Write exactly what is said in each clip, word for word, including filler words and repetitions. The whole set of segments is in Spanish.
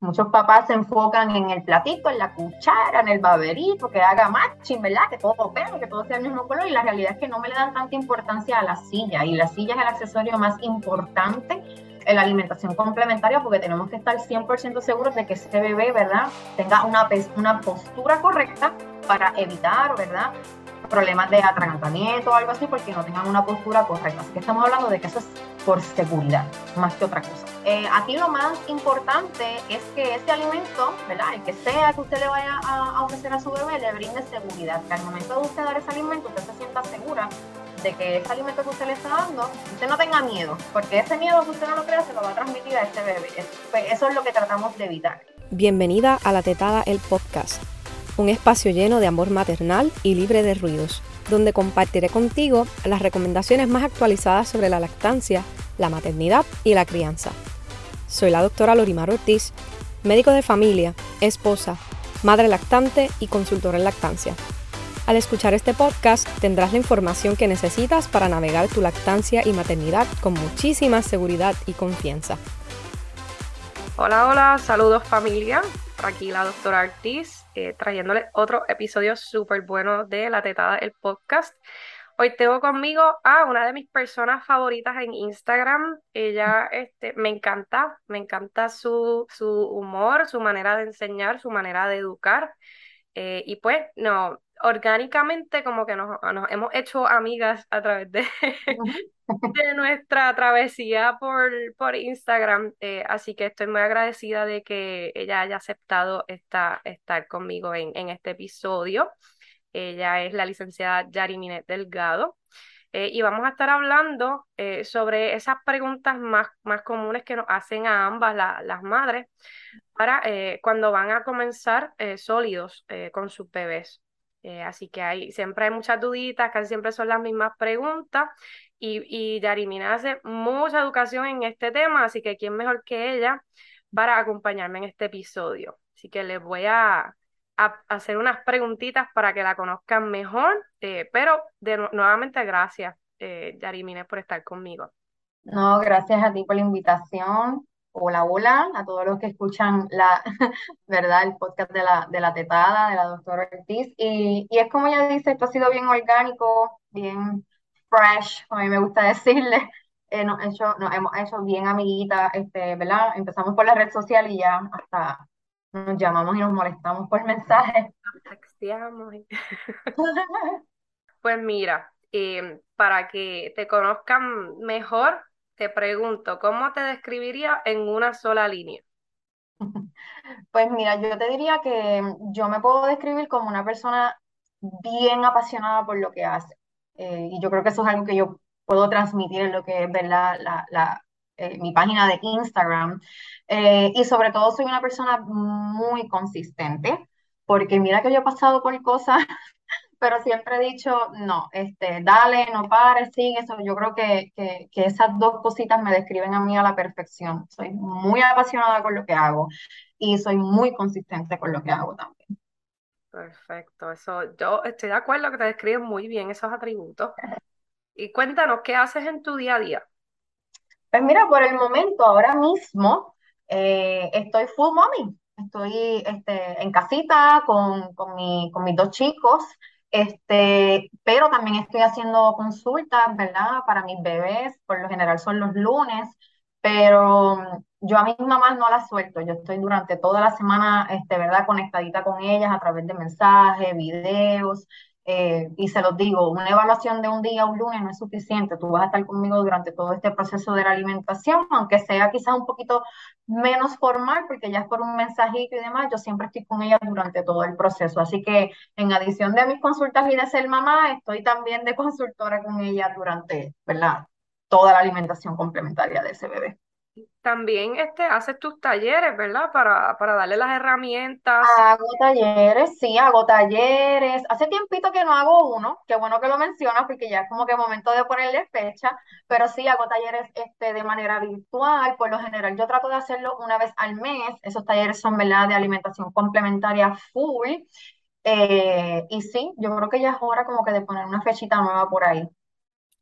Muchos papás se enfocan en el platito, en la cuchara, en el baberito, que haga matching, ¿verdad? Que todo pegue, que todo sea el mismo color. Y la realidad es que no me le dan tanta importancia a la silla. Y la silla es el accesorio más importante en la alimentación complementaria porque tenemos que estar cien por ciento seguros de que ese bebé, ¿verdad? Tenga una, una postura correcta para evitar, ¿verdad? Problemas de atragantamiento o algo así porque no tengan una postura correcta. Así que estamos hablando de que eso es por seguridad, más que otra cosa. Eh, aquí lo más importante es que este alimento, ¿verdad? El que sea que usted le vaya a, a ofrecer a su bebé, le brinde seguridad. Que al momento de usted dar ese alimento, usted se sienta segura de que ese alimento que usted le está dando, usted no tenga miedo, porque ese miedo que usted no lo crea se lo va a transmitir a ese bebé. Eso es lo que tratamos de evitar. Bienvenida a La Tetada, el podcast. Un espacio lleno de amor maternal y libre de ruidos, donde compartiré contigo las recomendaciones más actualizadas sobre la lactancia, la maternidad y la crianza. Soy la doctora Lorimar Ortiz, médico de familia, esposa, madre lactante y consultora en lactancia. Al escuchar este podcast tendrás la información que necesitas para navegar tu lactancia y maternidad con muchísima seguridad y confianza. Hola, hola, saludos familia. Por aquí la doctora Ortiz, eh, trayéndole otro episodio súper bueno de La Tetada, el podcast. Hoy tengo conmigo a una de mis personas favoritas en Instagram. Ella este, me encanta, me encanta su, su humor, su manera de enseñar, su manera de educar. Eh, y pues, no, orgánicamente como que nos, nos hemos hecho amigas a través de, de nuestra travesía por, por Instagram, eh, así que estoy muy agradecida de que ella haya aceptado esta, estar conmigo en, en este episodio. Ella es la licenciada Yari Minet Delgado, eh, y vamos a estar hablando eh, sobre esas preguntas más, más comunes que nos hacen a ambas la- las madres para eh, cuando van a comenzar eh, sólidos eh, con sus bebés. Eh, así que hay, siempre hay muchas duditas, casi siempre son las mismas preguntas. Y, y Yarimina hace mucha educación en este tema, así que quién mejor que ella para acompañarme en este episodio. Así que les voy a, a hacer unas preguntitas para que la conozcan mejor, eh, pero de, nu- nuevamente gracias, eh, Yarimina, por estar conmigo. No, gracias a ti por la invitación. Hola, hola a todos los que escuchan la, ¿verdad? El podcast de la, de la tetada de la doctora Ortiz. Y, y es como ella dice, esto ha sido bien orgánico, bien fresh, como a mí me gusta decirle. Eh, nos, hecho, nos hemos hecho bien amiguitas, este, ¿verdad? Empezamos por la red social y ya hasta nos llamamos y nos molestamos por mensajes. Texteamos. Pues mira, em, para que te conozcan mejor, te pregunto, ¿cómo te describiría en una sola línea? Pues mira, yo te diría que yo me puedo describir como una persona bien apasionada por lo que hace. Eh, y yo creo que eso es algo que yo puedo transmitir en lo que es, ¿verdad? La, la, eh, mi página de Instagram. Eh, y sobre todo soy una persona muy consistente, porque mira que yo he pasado por cosas pero siempre he dicho, no, este, dale, no pares, sigue eso. Yo creo que, que, que esas dos cositas me describen a mí a la perfección. Soy muy apasionada con lo que hago y soy muy consistente con lo que hago también. Perfecto, eso, yo estoy de acuerdo que te describen muy bien esos atributos. Y cuéntanos, ¿qué haces en tu día a día? Pues mira, por el momento, ahora mismo, eh, estoy full mommy. Estoy este, en casita con, con, mi, con mis dos chicos, este, pero también estoy haciendo consultas, ¿verdad? Para mis bebés, por lo general son los lunes, pero mm, yo a mis mamás no las suelto. Yo estoy durante toda la semana, este, ¿verdad? Conectadita con ellas a través de mensajes, videos. Eh, y se los digo, una evaluación de un día, un lunes, no es suficiente. Tú vas a estar conmigo durante todo este proceso de la alimentación, aunque sea quizás un poquito menos formal, porque ya es por un mensajito y demás, yo siempre estoy con ella durante todo el proceso. Así que en adición de mis consultas y de ser mamá, estoy también de consultora con ella durante, ¿verdad? Toda la alimentación complementaria de ese bebé. También este, haces tus talleres, ¿verdad? Para, para darle las herramientas. Hago talleres, sí, hago talleres. Hace tiempito que no hago uno, qué bueno que lo mencionas porque ya es como que momento de ponerle fecha, pero sí hago talleres este, de manera virtual. Por lo general yo trato de hacerlo una vez al mes. Esos talleres son, ¿verdad?, de alimentación complementaria full. Eh, y sí, yo creo que ya es hora como que de poner una fechita nueva por ahí.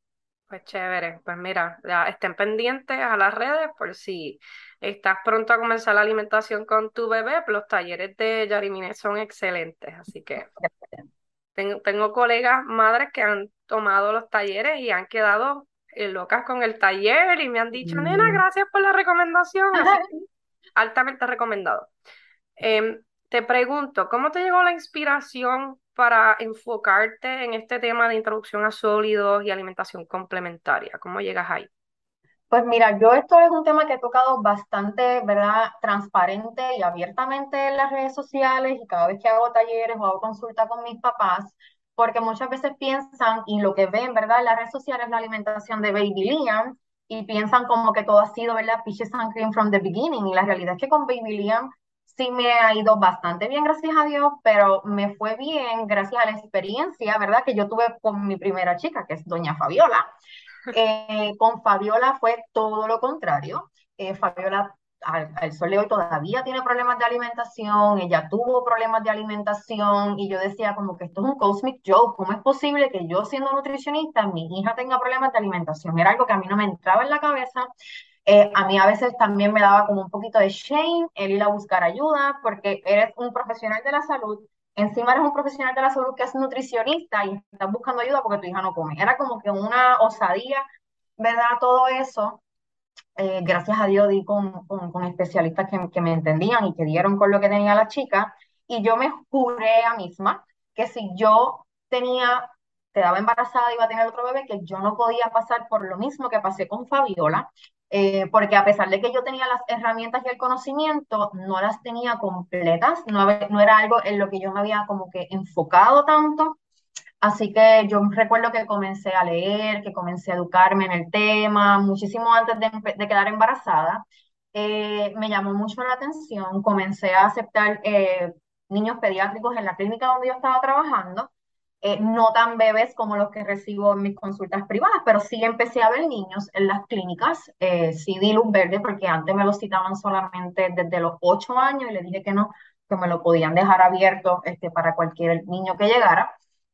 Pues chévere, pues mira, ya estén pendientes a las redes por si estás pronto a comenzar la alimentación con tu bebé, pues los talleres de Yarimine son excelentes, así que tengo, tengo colegas madres que han tomado los talleres y han quedado eh, locas con el taller y me han dicho, nena, Mm. gracias por la recomendación, así que altamente recomendado. Em, te pregunto, ¿cómo te llegó la inspiración para enfocarte en este tema de introducción a sólidos y alimentación complementaria? ¿Cómo llegas ahí? Pues mira, yo esto es un tema que he tocado bastante, ¿verdad? Transparente y abiertamente en las redes sociales y cada vez que hago talleres o hago consulta con mis papás, porque muchas veces piensan y lo que ven, ¿verdad? En las redes sociales es la alimentación de Baby Liam y piensan como que todo ha sido, ¿verdad? Peaches and cream from the beginning y la realidad es que con Baby Liam sí me ha ido bastante bien, gracias a Dios, pero me fue bien gracias a la experiencia, ¿verdad? Que yo tuve con mi primera chica, que es doña Fabiola. Eh, con Fabiola fue todo lo contrario. Eh, Fabiola al, al sol de hoy todavía tiene problemas de alimentación, ella tuvo problemas de alimentación y yo decía como que esto es un cosmic joke, ¿cómo es posible que yo siendo nutricionista mi hija tenga problemas de alimentación? Era algo que a mí no me entraba en la cabeza. Eh, a mí a veces también me daba como un poquito de shame el ir a buscar ayuda porque eres un profesional de la salud, encima eres un profesional de la salud que es nutricionista y estás buscando ayuda porque tu hija no come. Era como que una osadía, ¿verdad? Todo eso, eh, gracias a Dios di con, con, con especialistas que, que me entendían y que dieron con lo que tenía la chica y yo me juré a misma que si yo tenía, quedaba embarazada y iba a tener otro bebé, que yo no podía pasar por lo mismo que pasé con Fabiola, eh, porque a pesar de que yo tenía las herramientas y el conocimiento, no las tenía completas, no, no era algo en lo que yo me había como que enfocado tanto. Así que yo recuerdo que comencé a leer, que comencé a educarme en el tema, muchísimo antes de, empe- de quedar embarazada. Eh, me llamó mucho la atención, comencé a aceptar eh, niños pediátricos en la clínica donde yo estaba trabajando, eh, no tan bebés como los que recibo en mis consultas privadas, pero sí empecé a ver niños en las clínicas, eh, sí di luz verde porque antes me lo citaban solamente desde los ocho años y le dije que no, que me lo podían dejar abierto este, para cualquier niño que llegara.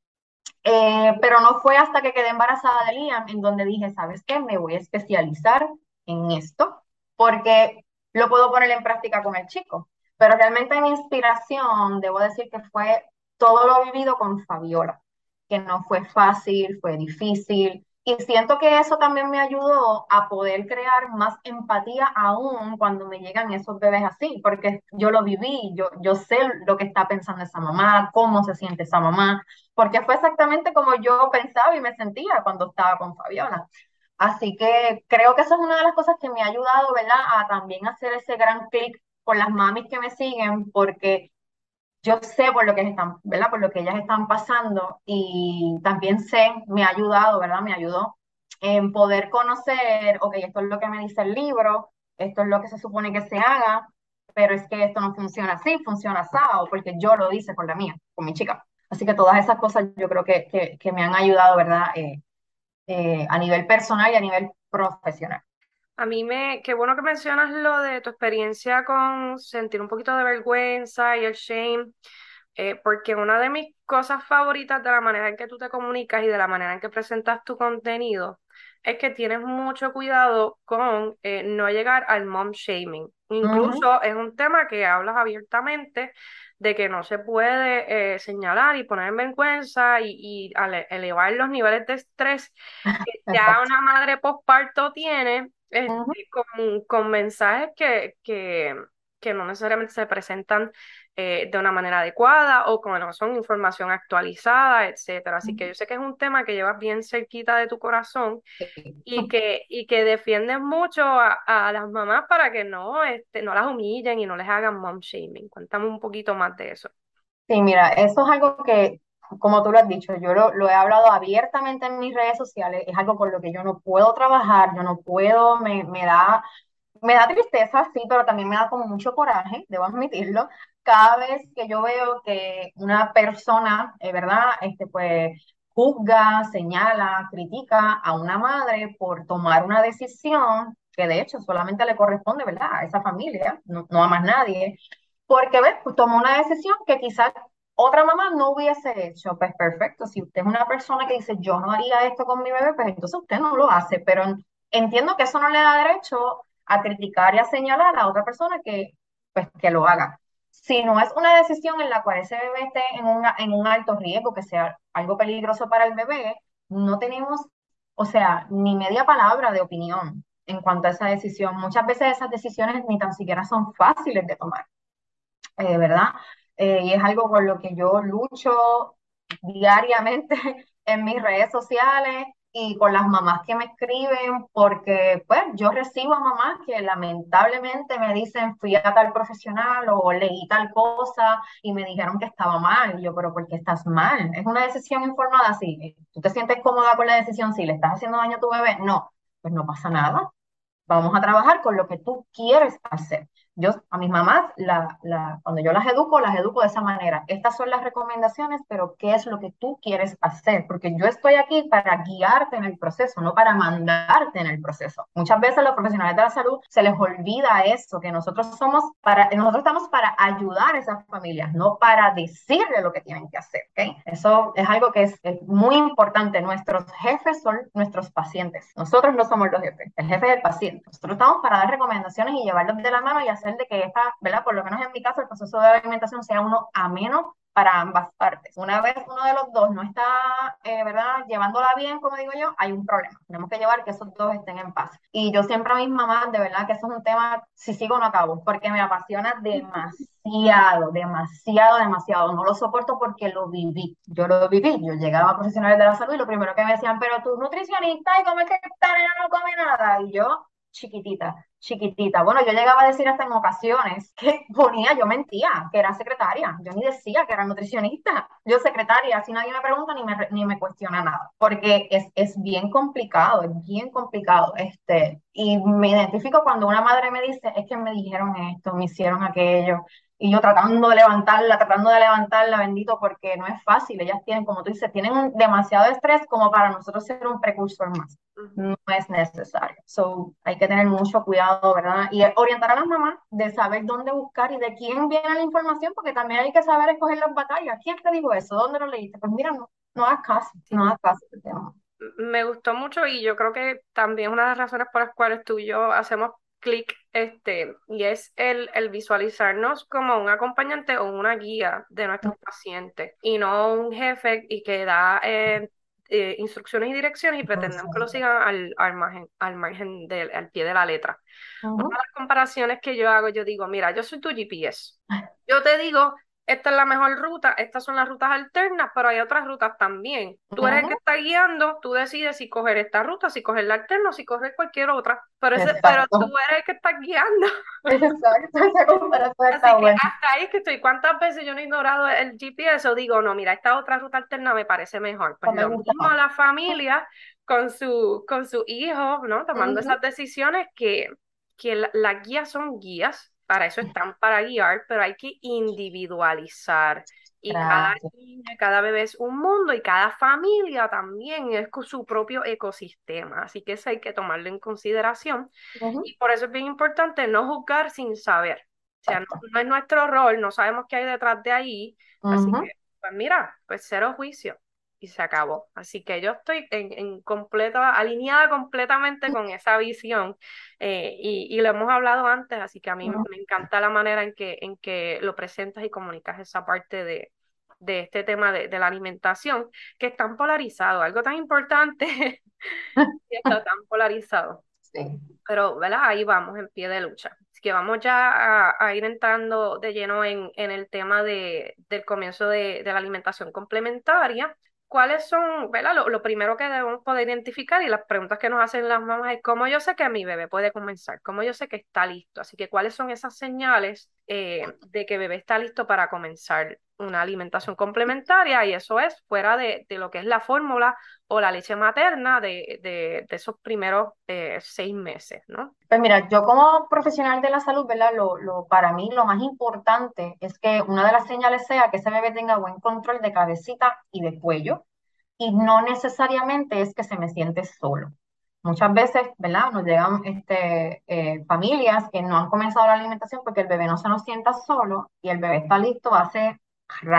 Eh, pero no fue hasta que quedé embarazada de Liam en donde dije, ¿sabes qué? Me voy a especializar en esto porque lo puedo poner en práctica con el chico. Pero realmente mi inspiración, debo decir que fue todo lo vivido con Fabiola, que no fue fácil, fue difícil. Y siento que eso también me ayudó a poder crear más empatía aún cuando me llegan esos bebés así, porque yo lo viví, yo, yo sé lo que está pensando esa mamá, cómo se siente esa mamá, porque fue exactamente como yo pensaba y me sentía cuando estaba con Fabiola. Así que creo que eso es una de las cosas que me ha ayudado, ¿verdad? A también hacer ese gran clic con las mamis que me siguen, porque yo sé por lo que están, ¿verdad? Por lo que ellas están pasando y también sé, me ha ayudado, ¿verdad? Me ayudó en poder conocer, ok, esto es lo que me dice el libro, esto es lo que se supone que se haga, pero es que esto no funciona así, funciona así, porque yo lo hice con la mía, con mi chica. Así que todas esas cosas yo creo que, que, que me han ayudado, ¿verdad? Eh, eh, a nivel personal y a nivel profesional. A mí me, qué bueno que mencionas lo de tu experiencia con sentir un poquito de vergüenza y el shame, eh, porque una de mis cosas favoritas de la manera en que tú te comunicas y de la manera en que presentas tu contenido es que tienes mucho cuidado con eh, no llegar al mom shaming. Ujú, Incluso es un tema que hablas abiertamente de que no se puede eh, señalar y poner en vergüenza y, y ale- elevar los niveles de estrés que ya exacto. una madre posparto tiene Ujú, este, con, con mensajes que, que, que no necesariamente se presentan eh, de una manera adecuada o con no son información actualizada, etcétera. Así que ujú. yo sé que es un tema que llevas bien cerquita de tu corazón Sí. y que, y que defiendes mucho a, a las mamás para que no, este, no las humillen y no les hagan mom shaming. Cuéntame un poquito más de eso. Sí, mira, eso es algo que, como tú lo has dicho, yo lo, lo he hablado abiertamente en mis redes sociales, es algo con lo que yo no puedo trabajar, yo no puedo, me, me da, me da tristeza, sí, pero también me da como mucho coraje, debo admitirlo, cada vez que yo veo que una persona, eh, ¿verdad? Este, pues juzga, señala, critica a una madre por tomar una decisión que de hecho solamente le corresponde, ¿verdad? A esa familia, no, no a más nadie porque, ¿ves? Pues tomó una decisión que quizás otra mamá no hubiese hecho, pues perfecto. Si usted es una persona que dice, yo no haría esto con mi bebé, pues entonces usted no lo hace. Pero entiendo que eso no le da derecho a criticar y a señalar a otra persona que, pues, que lo haga. Si no es una decisión en la cual ese bebé esté en, una, en un alto riesgo, que sea algo peligroso para el bebé, no tenemos, o sea, ni media palabra de opinión en cuanto a esa decisión. Muchas veces esas decisiones ni tan siquiera son fáciles de tomar, eh, ¿verdad? Eh, y es algo con lo que yo lucho diariamente en mis redes sociales y con las mamás que me escriben, porque pues yo recibo a mamás que lamentablemente me dicen, fui a tal profesional o leí tal cosa y me dijeron que estaba mal. Y yo, pero ¿por qué estás mal? Es una decisión informada, sí. ¿Tú te sientes cómoda con la decisión? Si le estás haciendo daño a tu bebé, no, pues no pasa nada. Vamos a trabajar con lo que tú quieres hacer. Yo a mis mamás, la, la, cuando yo las educo, las educo de esa manera. Estas son las recomendaciones, pero ¿qué es lo que tú quieres hacer? Porque yo estoy aquí para guiarte en el proceso, no para mandarte en el proceso. Muchas veces a los profesionales de la salud se les olvida eso, que nosotros somos para, nosotros estamos para ayudar a esas familias, no para decirle lo que tienen que hacer. ¿Okay? Eso es algo que es, es muy importante. Nuestros jefes son nuestros pacientes. Nosotros no somos los jefes, el jefe es el paciente. Nosotros estamos para dar recomendaciones y llevarlos de la mano y hacer de que esta, ¿verdad? Por lo menos en mi caso, el proceso de alimentación sea uno ameno para ambas partes. Una vez uno de los dos no está, eh, ¿verdad? Llevándola bien, como digo yo, hay un problema. Tenemos que llevar que esos dos estén en paz. Y yo siempre a mis mamás, de verdad que eso es un tema, si sigo no acabo, porque me apasiona demasiado, demasiado, demasiado. No lo soporto porque lo viví. Yo lo viví. Yo llegaba a profesionales de la salud y lo primero que me decían, pero tú nutricionista y cómo es que esta nena no come nada. Y yo, chiquitita, chiquitita. Bueno, yo llegaba a decir hasta en ocasiones que ponía, yo mentía, que era secretaria. Yo ni decía que era nutricionista. Yo secretaria, si nadie me pregunta ni me, ni me cuestiona nada. Porque es, es bien complicado, es bien complicado. Este, y me identifico cuando una madre me dice, es que me dijeron esto, me hicieron aquello. Y yo tratando de levantarla, tratando de levantarla, bendito, porque no es fácil. Ellas tienen, como tú dices, tienen un demasiado estrés como para nosotros ser un precursor más. Ujú. No es necesario. So, hay que tener mucho cuidado, ¿verdad? Y orientar a las mamás de saber dónde buscar y de quién viene la información, porque también hay que saber escoger las batallas. ¿Quién te dijo eso? ¿Dónde lo leíste? Pues mira, no, no hagas caso, no Sí. hagas caso. No. Me gustó mucho y yo creo que también una de las razones por las cuales tú y yo hacemos clic, este, y es el, el visualizarnos como un acompañante o una guía de nuestros pacientes y no un jefe y que da eh, eh, instrucciones y direcciones y pretendemos que lo sigan al, al margen, al margen del, al pie de la letra. Una de Ujú. las comparaciones que yo hago, yo digo, mira, yo soy tu G P S. Yo te digo, esta es la mejor ruta, estas son las rutas alternas, pero hay otras rutas también. Tú eres el que Ujú. está guiando, tú decides si coger esta ruta, si coger la alterna o si coger cualquier otra. Pero, ese, pero tú Exacto. eres el que está guiando. Exacto. Esa comparación Así está que buena. hasta ahí es que estoy. ¿Cuántas veces yo no he ignorado el G P S o digo, no, mira, esta otra ruta alterna me parece mejor? Pues No me lo gusta mismo más. la familia con su, con su hijo, ¿no? Tomando Ujú. esas decisiones que, que la- las guías son guías, para eso están para guiar, pero hay que individualizar. Y cada Gracias. niño, cada bebé es un mundo y cada familia también es con su propio ecosistema. Así que eso hay que tomarlo en consideración. Ujú. Y por eso es bien importante no juzgar sin saber. O sea, no, Exacto. no es nuestro rol, no sabemos qué hay detrás de ahí. Así Ujú. que, pues mira, pues cero juicio y se acabó. Así que yo estoy en, en completa, alineada completamente con esa visión eh, y, y lo hemos hablado antes, así que a mí Ujú. me encanta la manera en que, en que lo presentas y comunicas esa parte de, de este tema de, de la alimentación, que es tan polarizado, algo tan importante y está tan polarizado. Sí. Pero, ¿verdad? Ahí vamos en pie de lucha. Así que vamos ya a, a ir entrando de lleno en, en el tema de, del comienzo de, de la alimentación complementaria. ¿Cuáles son, ¿verdad? Lo, lo primero que debemos poder identificar y las preguntas que nos hacen las mamás es cómo yo sé que mi bebé puede comenzar, cómo yo sé que está listo. Así que, ¿cuáles son esas señales eh, de que bebé está listo para comenzar una alimentación complementaria? Y eso es fuera de, de lo que es la fórmula o la leche materna de, de, de esos primeros eh, seis meses, ¿no? Pues mira, yo como profesional de la salud, ¿verdad? Lo, lo, para mí lo más importante es que una de las señales sea que ese bebé tenga buen control de cabecita y de cuello y no necesariamente es que se me siente solo. Muchas veces, ¿verdad? Nos llegan este, eh, familias que no han comenzado la alimentación porque el bebé no se nos sienta solo y el bebé está listo hace rato.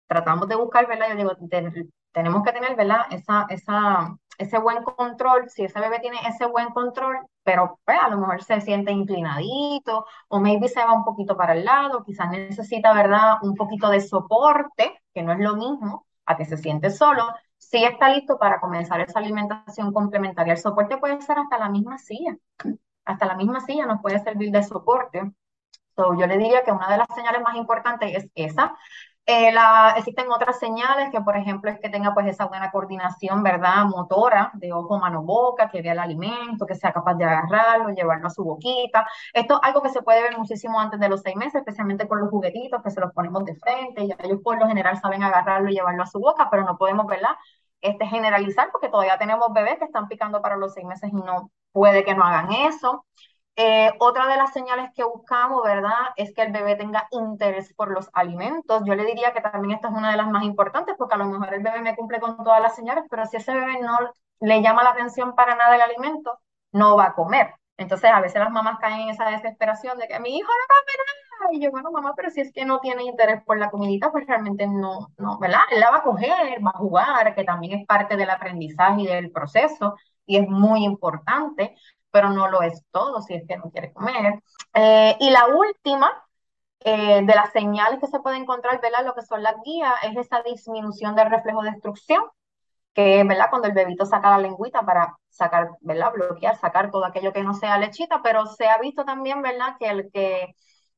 tratamos de buscar, ¿verdad? Yo digo, te- tenemos que tener, ¿verdad? Esa, esa, ese buen control, si ese bebé tiene ese buen control, pero pues, a lo mejor se siente inclinadito o maybe se va un poquito para el lado, quizás necesita, ¿verdad? Un poquito de soporte, que no es lo mismo a que se siente solo, sí está listo para comenzar esa alimentación complementaria. El soporte puede ser hasta la misma silla, hasta la misma silla nos puede servir de soporte. So, yo le diría que una de las señales más importantes es esa. Eh, la, existen otras señales que, por ejemplo, es que tenga pues esa buena coordinación, ¿verdad? Motora, de ojo, mano, boca, que vea el alimento, que sea capaz de agarrarlo, llevarlo a su boquita. Esto es algo que se puede ver muchísimo antes de los seis meses, especialmente con los juguetitos que se los ponemos de frente. Y ellos por lo general saben agarrarlo y llevarlo a su boca, pero no podemos, ¿verdad? Este, generalizar porque todavía tenemos bebés que están picando para los seis meses y no puede que no hagan eso. Eh, otra de las señales que buscamos, ¿verdad?, es que el bebé tenga interés por los alimentos. Yo le diría que también esta es una de las más importantes porque a lo mejor el bebé me cumple con todas las señales, pero si ese bebé no le llama la atención para nada el alimento, no va a comer. Entonces a veces las mamás caen en esa desesperación de que mi hijo no come nada. Y yo, bueno, mamá, pero si es que no tiene interés por la comidita, pues realmente no, no, ¿verdad? Él la va a coger, va a jugar, que también es parte del aprendizaje y del proceso y es muy importante, pero no lo es todo si es que no quiere comer. Eh, y la última eh, de las señales que se puede encontrar, ¿verdad? Lo que son las guías, es esa disminución del reflejo de extrusión, que es, ¿verdad? Cuando el bebito saca la lengüita para sacar, ¿verdad? Bloquear, sacar todo aquello que no sea lechita, pero se ha visto también, ¿verdad? Que el que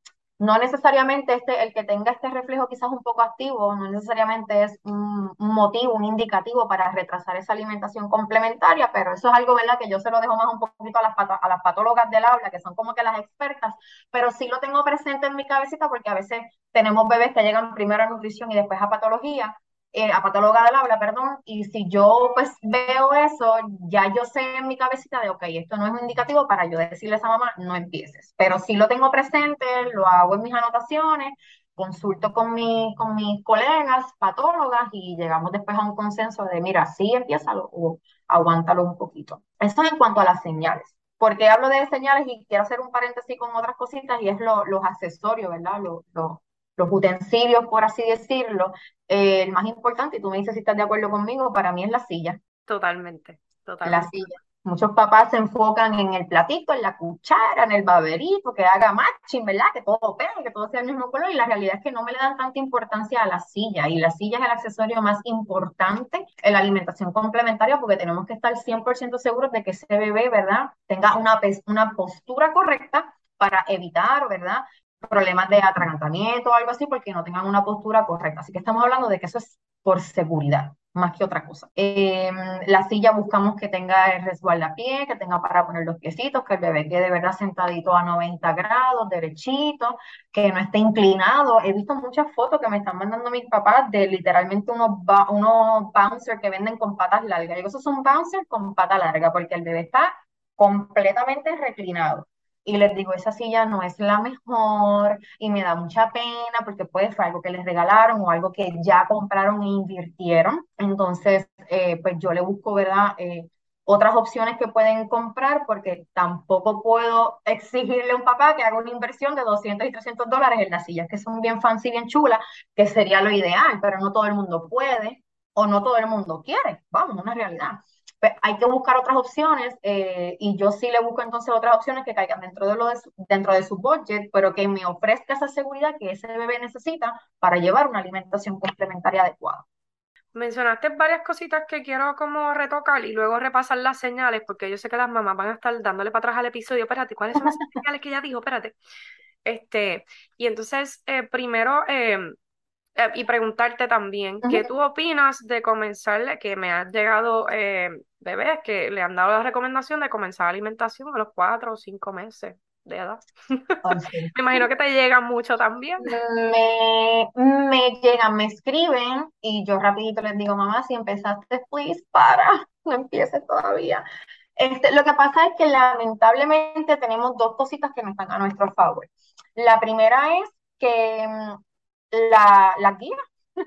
no necesariamente este, el que tenga este reflejo quizás un poco activo, no necesariamente es un, un motivo, un indicativo para retrasar esa alimentación complementaria, pero eso es algo, ¿verdad?, que yo se lo dejo más un poquito a las, pato, a las patólogas del aula, que son como que las expertas, pero sí lo tengo presente en mi cabecita porque a veces tenemos bebés que llegan primero a nutrición y después a patología, eh, a patóloga del habla, perdón, y si yo pues veo eso, ya yo sé en mi cabecita de, ok, esto no es un indicativo para yo decirle a esa mamá, no empieces, pero sí lo tengo presente, lo hago en mis anotaciones, consulto con, mi, con mis colegas patólogas y llegamos después a un consenso de, mira, sí, empiézalo o aguántalo un poquito. Eso en cuanto a las señales. Porque hablo de señales y quiero hacer un paréntesis con otras cositas y es lo, los accesorios, ¿verdad? Lo, lo, los utensilios, por así decirlo, eh, el más importante, y tú me dices si estás de acuerdo conmigo, para mí es la silla. Totalmente, La totalmente. silla. Muchos papás se enfocan en el platito, en la cuchara, en el baberito, que haga matching, ¿verdad? Que todo pegue, que todo sea el mismo color, y la realidad es que no me le dan tanta importancia a la silla, y la silla es el accesorio más importante en la alimentación complementaria porque tenemos que estar cien por ciento seguros de que ese bebé, ¿verdad?, tenga una, una postura correcta para evitar, ¿verdad?, problemas de atragantamiento o algo así, porque no tengan una postura correcta. Así que estamos hablando de que eso es por seguridad, más que otra cosa. Eh, la silla buscamos que tenga el resguardapié, que tenga para poner los piecitos, que el bebé quede de verdad sentadito a noventa grados, derechito, que no esté inclinado. He visto muchas fotos que me están mandando mis papás de literalmente unos, unos bouncers que venden con patas largas. Y esos son bouncers con pata larga, porque el bebé está completamente reclinado. Y les digo, esa silla no es la mejor y me da mucha pena porque pues fue algo que les regalaron o algo que ya compraron e invirtieron. Entonces, eh, pues yo le busco, ¿verdad?, Eh, otras opciones que pueden comprar porque tampoco puedo exigirle a un papá que haga una inversión de doscientos y trescientos dólares en las sillas que son bien fancy, bien chulas, que sería lo ideal, pero no todo el mundo puede o no todo el mundo quiere. Vamos, una realidad. Pues hay que buscar otras opciones eh, y yo sí le busco entonces otras opciones que caigan dentro de, lo de su, dentro de su budget, pero que me ofrezca esa seguridad que ese bebé necesita para llevar una alimentación complementaria adecuada. Mencionaste varias cositas que quiero como retocar y luego repasar las señales, porque yo sé que las mamás van a estar dándole para atrás al episodio. Espérate, ¿cuáles son esas señales que ella dijo? Espérate. Este, y entonces, eh, primero, eh, eh, y preguntarte también, Uh ¿qué -huh. tú opinas de comenzarle, que me han llegado eh, bebés que le han dado la recomendación de comenzar alimentación a los cuatro o cinco meses de edad? Oh, sí. Me imagino que te llega mucho también. Me, me llegan, me escriben y yo rapidito les digo, mamá, si empezaste, please, para, no empieces todavía. Este, lo que pasa es que lamentablemente tenemos dos cositas que no están a nuestro favor. La primera es que mm, la, la guía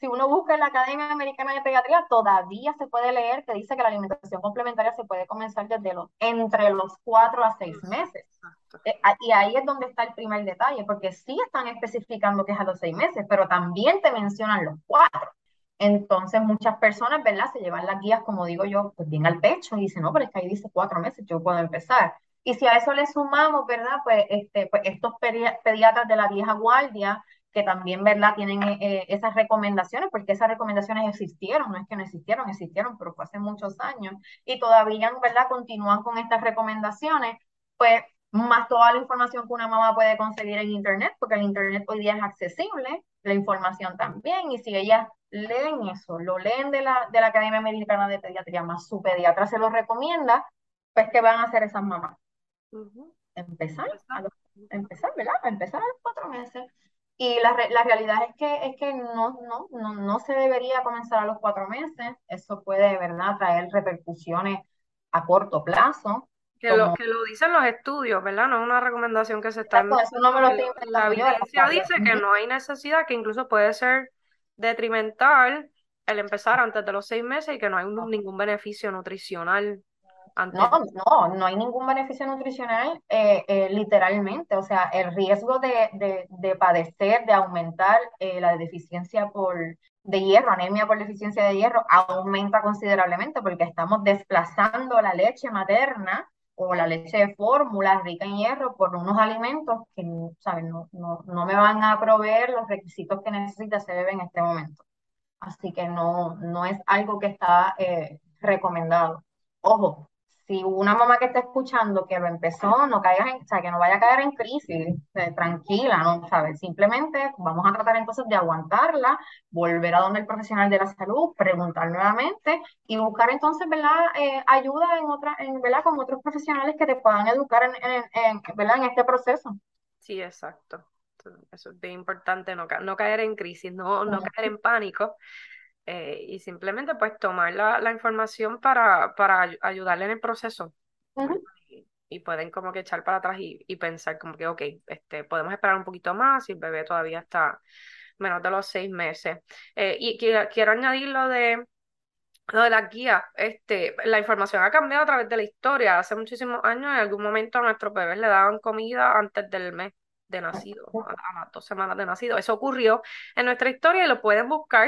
si uno busca en la Academia Americana de Pediatría, todavía se puede leer que dice que la alimentación complementaria se puede comenzar desde los, entre los cuatro a seis meses. Exacto. Eh, y ahí es donde está el primer detalle, porque sí están especificando que es a los seis meses, pero también te mencionan los cuatro. Entonces muchas personas, ¿verdad? Se llevan las guías, como digo yo, pues bien al pecho y dicen, no, pero es que ahí dice cuatro meses, yo puedo empezar. Y si a eso le sumamos, ¿verdad? Pues, este, pues estos pedi pediatras de la vieja guardia, que también, ¿verdad? Tienen eh, esas recomendaciones, porque esas recomendaciones existieron, no es que no existieron, existieron, pero fue hace muchos años, y todavía, ¿verdad? Continúan con estas recomendaciones, pues más toda la información que una mamá puede conseguir en Internet, porque el Internet hoy día es accesible, la información también, y si ellas leen eso, lo leen de la, de la Academia Americana de Pediatría, más su pediatra se lo recomienda, pues ¿qué van a hacer esas mamás? Ujú. Empezar, a los, Exacto. empezar, ¿verdad? Empezar a los cuatro meses. Y la, la realidad es que, es que no, no, no, no se debería comenzar a los cuatro meses. Eso puede, ¿verdad?, traer repercusiones a corto plazo. Que lo, Como, que lo dicen los estudios, ¿verdad? No es una recomendación que se está exacto, eso no me inventando, lo que estoy lo- la inventando yo. evidencia La, la, dice que no hay necesidad, que incluso puede ser detrimental el empezar antes de los seis meses y que no hay un- ningún beneficio nutricional No, antes. no, no hay ningún beneficio nutricional eh, eh, literalmente. O sea, el riesgo de, de, de padecer, de aumentar eh, la deficiencia por, de hierro, anemia por deficiencia de hierro, aumenta considerablemente porque estamos desplazando la leche materna o la leche de fórmula rica en hierro por unos alimentos que, ¿saben? No, no, no me van a proveer los requisitos que necesita ese bebé en este momento. Así que no, no es algo que está eh, recomendado. Ojo, si una mamá que está escuchando que lo empezó, no caigas en, o sea, que no vaya a caer en crisis, eh, tranquila, ¿no? ¿Sabes? Simplemente vamos a tratar entonces de aguantarla, volver a donde el profesional de la salud, preguntar nuevamente y buscar entonces, ¿verdad? Eh, ayuda en otra, en, ¿verdad? Con otros profesionales que te puedan educar en, en, en, ¿verdad? En este proceso. Sí, exacto. Eso es bien importante, no, ca- no caer en crisis, no, no caer en pánico, eh, y simplemente pues tomar la, la información para, para ay- ayudarle en el proceso, ¿verdad? Ujú. Y, y pueden como que echar para atrás y, y pensar como que, ok, este, podemos esperar un poquito más si el bebé todavía está menos de los seis meses. Eh, y quiero, quiero añadir lo de, lo de las guías. Este, la información ha cambiado a través de la historia. Hace muchísimos años, en algún momento a nuestros bebés le daban comida antes del mes de nacido, a, a las dos semanas de nacido. Eso ocurrió en nuestra historia y lo pueden buscar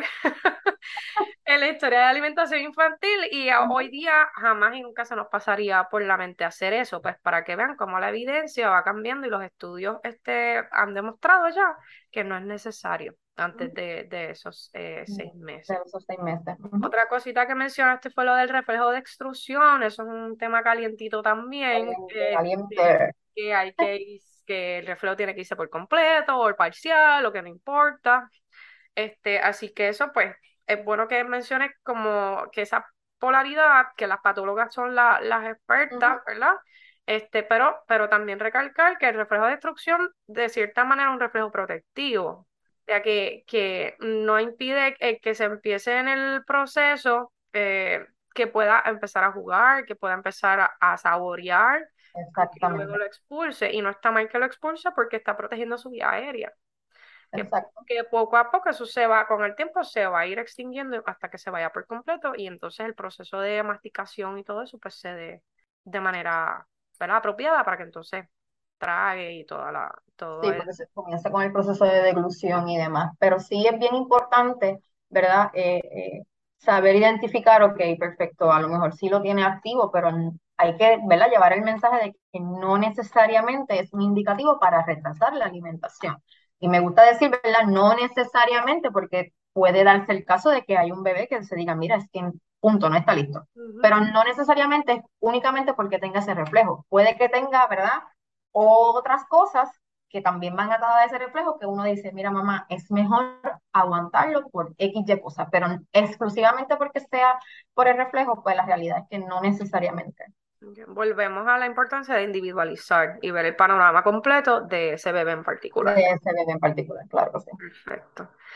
en la historia de alimentación infantil, y a- hoy día jamás y nunca se nos pasaría por la mente hacer eso, pues para que vean cómo la evidencia va cambiando y los estudios este, han demostrado ya que no es necesario antes de, de esos eh, seis De meses. esos seis meses. Ujú. Otra cosita que mencionaste fue lo del reflejo de extrusión, eso es un tema calientito también, Caliente, este, caliente. que hay que, ir- que el reflejo tiene que irse por completo o el parcial, lo que no importa. Este, así que eso, pues, es bueno que menciones como que esa polaridad, que las patólogas son la- las Ujú. expertas, ¿verdad? Este, pero, pero también recalcar que el reflejo de destrucción, de cierta manera, es un reflejo protectivo, o sea, que, que no impide eh, que se empiece en el proceso, eh, que pueda empezar a jugar, que pueda empezar a, a saborear, aunque luego Exactamente, lo expulse, y no está mal que lo expulse porque está protegiendo su vía aérea que, exacto. que poco a poco eso se va, con el tiempo se va a ir extinguiendo hasta que se vaya por completo, y entonces el proceso de masticación y todo eso pues se dé de manera, ¿verdad?, apropiada para que entonces trague y toda la, todo Sí, el... porque se comienza con el proceso de deglución y demás. Pero sí es bien importante, ¿verdad? Eh, eh, saber identificar, ok, perfecto, a lo mejor sí lo tiene activo, pero n- hay que, ¿verdad? Llevar el mensaje de que no necesariamente es un indicativo para retrasar la alimentación. Y me gusta decir, ¿verdad? No necesariamente, porque puede darse el caso de que hay un bebé que se diga, mira, es que en punto no está listo. Ujú, Pero no necesariamente es únicamente porque tenga ese reflejo. Puede que tenga, ¿verdad? Otras cosas que también van atadas a ese reflejo, que uno dice, mira mamá, es mejor aguantarlo por X y cosas, pero exclusivamente porque sea por el reflejo, pues la realidad es que no necesariamente. ok. Volvemos a la importancia de individualizar y ver el panorama completo de ese bebé en De particular. ese bebé en particular, claro que sí. Perfecto.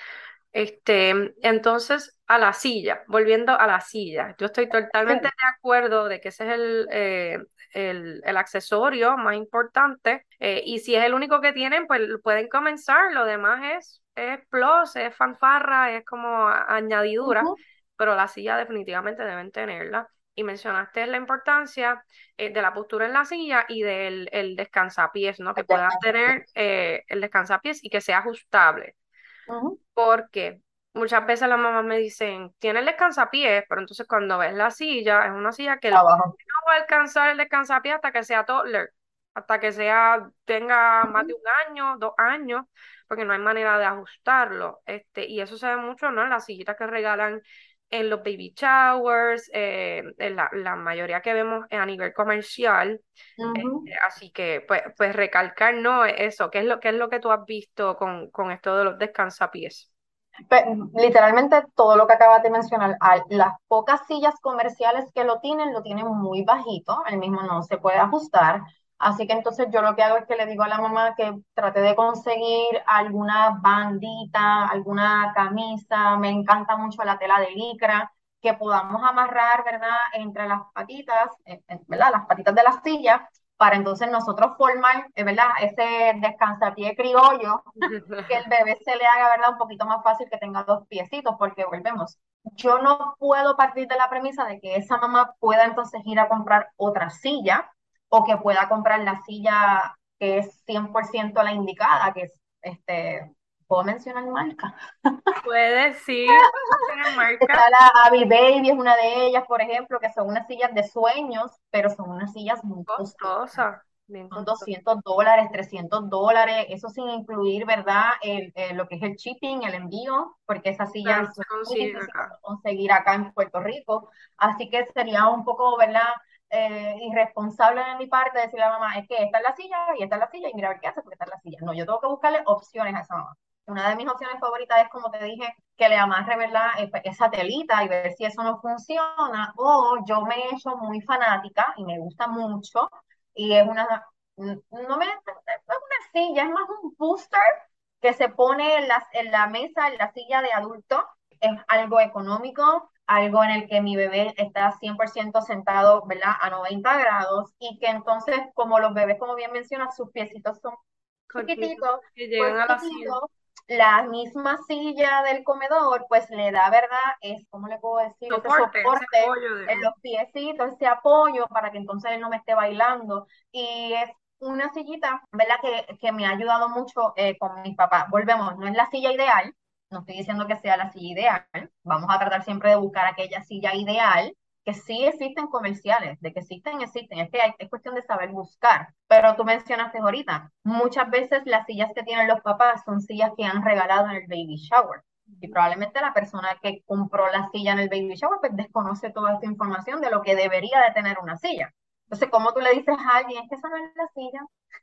Este, entonces, a la silla, volviendo a la silla, yo estoy totalmente Sí. de acuerdo de que ese es el, eh, el, el accesorio más importante, eh, y si es el único que tienen, pues pueden comenzar, lo demás es, es plus, es fanfarra, es como a- añadidura, Ujú. pero la silla definitivamente deben tenerla. Y mencionaste la importancia eh, de la postura en la silla y del el descansapiés, ¿no? Que El puedan descanso. tener eh, el descansapiés y que sea ajustable. Ujú. Porque muchas veces las mamás me dicen, tiene el descansapiés, pero entonces cuando ves la silla, es una silla que el bebé Abajo. no va a alcanzar el descansapiés hasta que sea toddler, hasta que sea, tenga más de Ujú. un año, dos años, porque no hay manera de ajustarlo. Este, y eso se ve mucho, ¿no? En las sillitas que regalan en los baby showers, eh, en la, la mayoría que vemos a nivel comercial. Ujú. Este, así que, pues, pues recalcar, ¿no? Eso, ¿qué es lo, qué es lo que tú has visto con, con esto de los descansapiés? Pe- Literalmente todo lo que acabas de mencionar, al- las pocas sillas comerciales que lo tienen, lo tienen muy bajito, el mismo no se puede ajustar. Así que entonces yo lo que hago es que le digo a la mamá que trate de conseguir alguna bandita, alguna camisa, me encanta mucho la tela de licra, que podamos amarrar, ¿verdad?, entre las patitas, eh, eh, ¿verdad?, las patitas de la silla, para entonces nosotros formar, eh, ¿verdad?, ese descansapié criollo, que el bebé se le haga, ¿verdad?, un poquito más fácil que tenga dos piecitos, porque volvemos. Yo no puedo partir de la premisa de que esa mamá pueda entonces ir a comprar otra silla o que pueda comprar la silla que es cien por ciento la indicada, que es, este, ¿puedo mencionar marca? Puedes, sí, puedes tener marca Está la Abby Baby, es una de ellas, por ejemplo, que son unas sillas de sueños, pero son unas sillas muy costosas. costosa, bien Son costosa. doscientos dólares, trescientos dólares, eso sin incluir, ¿verdad? El, el- lo que es el shipping, el envío, porque esas Pero no sillas son se muy consigue difíciles de acá. conseguir acá en Puerto Rico. Así que sería un poco, ¿verdad? Eh, irresponsable de mi parte decirle a la mamá, es que esta es la silla y esta es la silla y mira a ver qué hace porque esta es la silla. No, yo tengo que buscarle opciones a esa mamá. Una de mis opciones favoritas es, como te dije, que le amarre, ¿verdad?, eh, pues, esa telita y ver si eso no funciona. O yo me he hecho muy fanática y me gusta mucho y es una, no me, es una silla, es más un booster que se pone en la, en la mesa, en la silla de adulto. Es algo económico, algo en el que mi bebé está cien por ciento sentado, ¿verdad?, a noventa grados y que entonces, como los bebés, como bien mencionas, sus piecitos son Cortito, chiquititos, que llegan a la cien. cortititos, la misma silla del comedor, pues le da, ¿verdad? Es, ¿cómo le puedo decir? Ese Soporte, ese soporte apoyo de... en los piecitos, ese apoyo para que entonces él no me esté bailando. Y es una sillita, ¿verdad? Que, que me ha ayudado mucho eh, con mis papás. Volvemos, no es la silla ideal, no estoy diciendo que sea la silla ideal, vamos a tratar siempre de buscar aquella silla ideal, que sí existen comerciales, de que existen, existen, es que hay, es cuestión de saber buscar. Pero tú mencionaste ahorita, muchas veces las sillas que tienen los papás son sillas que han regalado en el baby shower. Y probablemente la persona que compró la silla en el baby shower pues desconoce toda esta información de lo que debería de tener una silla. Entonces, ¿cómo tú le dices a alguien, es que esa no es la silla?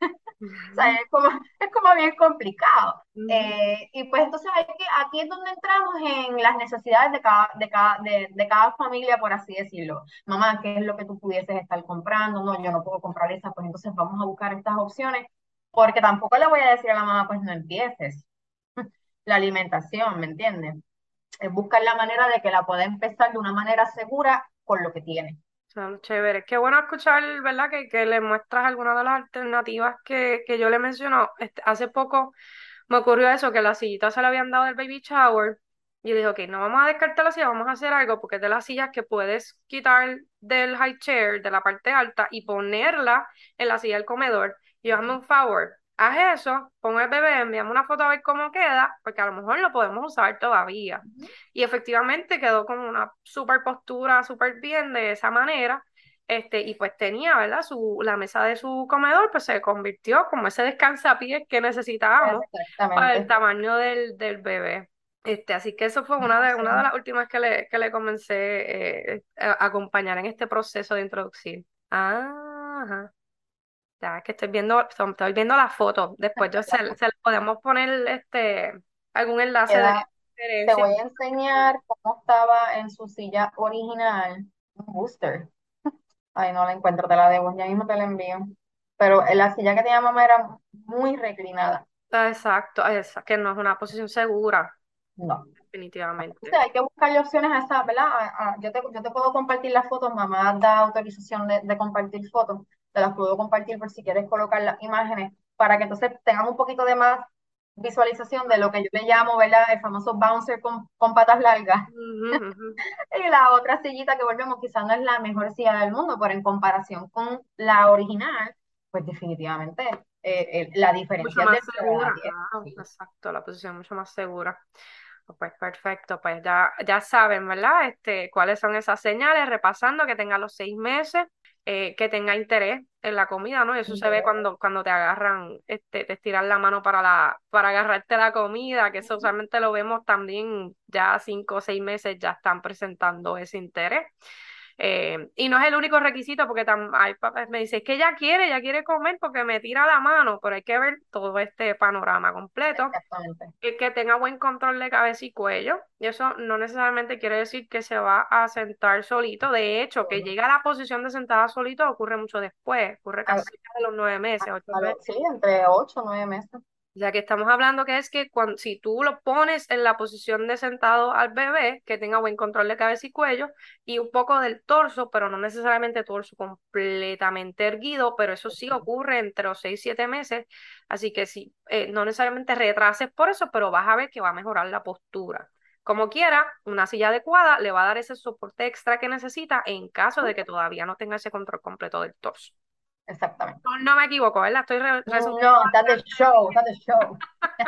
O sea, es como, es como bien complicado. Ujú. Eh, y pues entonces hay que, aquí es donde entramos en las necesidades de cada, de cada, de, de cada familia, por así decirlo. Mamá, ¿qué es lo que tú pudieses estar comprando? No, yo no puedo comprar esa, pues entonces vamos a buscar estas opciones, porque tampoco le voy a decir a la mamá, pues no empieces la alimentación, ¿me entiendes? Es buscar la manera de que la pueda empezar de una manera segura con lo que tiene. Son chéveres. Qué bueno escuchar, ¿verdad? Que, que le muestras algunas de las alternativas que, que yo le menciono. Este, hace poco me ocurrió eso, que la sillita se la habían dado del baby shower. Y yo dije, ok, no vamos a descartar la silla, vamos a hacer algo, porque es de las sillas que puedes quitar del high chair, de la parte alta, y ponerla en la silla del comedor. Y yo, hazme un favor, haz eso, pon el bebé, envíame una foto a ver cómo queda, porque a lo mejor lo podemos usar todavía. Y efectivamente quedó con una super postura, súper bien de esa manera. Este, y pues tenía, ¿verdad? Su, la mesa de su comedor, pues se convirtió como ese descansapiés que necesitábamos para el Exactamente. tamaño del, del bebé. Este, así que eso fue una No de, sé. una de las últimas que le, que le comencé eh, a acompañar en este proceso de introducción. Ah, ajá. Ya que estoy viendo, estoy viendo la foto. Después yo se, se le podemos poner este algún enlace de Queda, te referencia. voy a enseñar cómo estaba en su silla original. Un booster. Ay, no la encuentro, te la debo, ya mismo te la envío. Pero en la silla que tenía mamá era muy reclinada. Ah, exacto, esa, que no es una posición segura. No. O definitivamente. sea, hay que buscarle opciones a esa, ¿verdad? A- a- yo te, yo te puedo compartir las fotos, mamá da autorización de, de compartir fotos, te las puedo compartir por si quieres colocar las imágenes, para que entonces tengamos un poquito de más visualización de lo que yo le llamo, ¿verdad? El famoso bouncer con, con patas largas. Ujú, ujú. Y la otra sillita que volvemos, quizás no es la mejor silla del mundo, pero en comparación con la original, pues definitivamente eh, eh, la Mucho diferencia es más del nueve a la segura, diez. claro, Sí, exacto, la posición mucho más segura. Pues perfecto, pues ya, ya saben, ¿verdad? Este, cuáles son esas señales, repasando que tenga los seis meses, eh, que tenga interés en la comida, ¿no? Y eso se ve cuando, cuando te agarran, este, te estiran la mano para la, para agarrarte la comida, que eso usualmente lo vemos también ya cinco o seis meses ya están presentando ese interés. Eh, y no es el único requisito, porque tam- hay papás me dicen, es que ella quiere, ella quiere comer porque me tira la mano, pero hay que ver todo este panorama completo, exactamente. y que tenga buen control de cabeza y cuello. Y eso no necesariamente quiere decir que se va a sentar solito. De hecho, que llega a la posición de sentada solito ocurre mucho después, ocurre A, casi de los nueve meses, ocho a meses. lo- sí, entre ocho o nueve meses. Ya que estamos hablando que es que cuando, si tú lo pones en la posición de sentado al bebé, que tenga buen control de cabeza y cuello y un poco del torso, pero no necesariamente torso completamente erguido, pero eso sí ocurre entre los seis y siete meses, así que sí, eh, no necesariamente retrases por eso, pero vas a ver que va a mejorar la postura. Como quiera, una silla adecuada le va a dar ese soporte extra que necesita en caso de que todavía no tenga ese control completo del torso. Exactamente. No, no me equivoco, ¿verdad? Estoy re- resumiendo. No, está de show, está de show.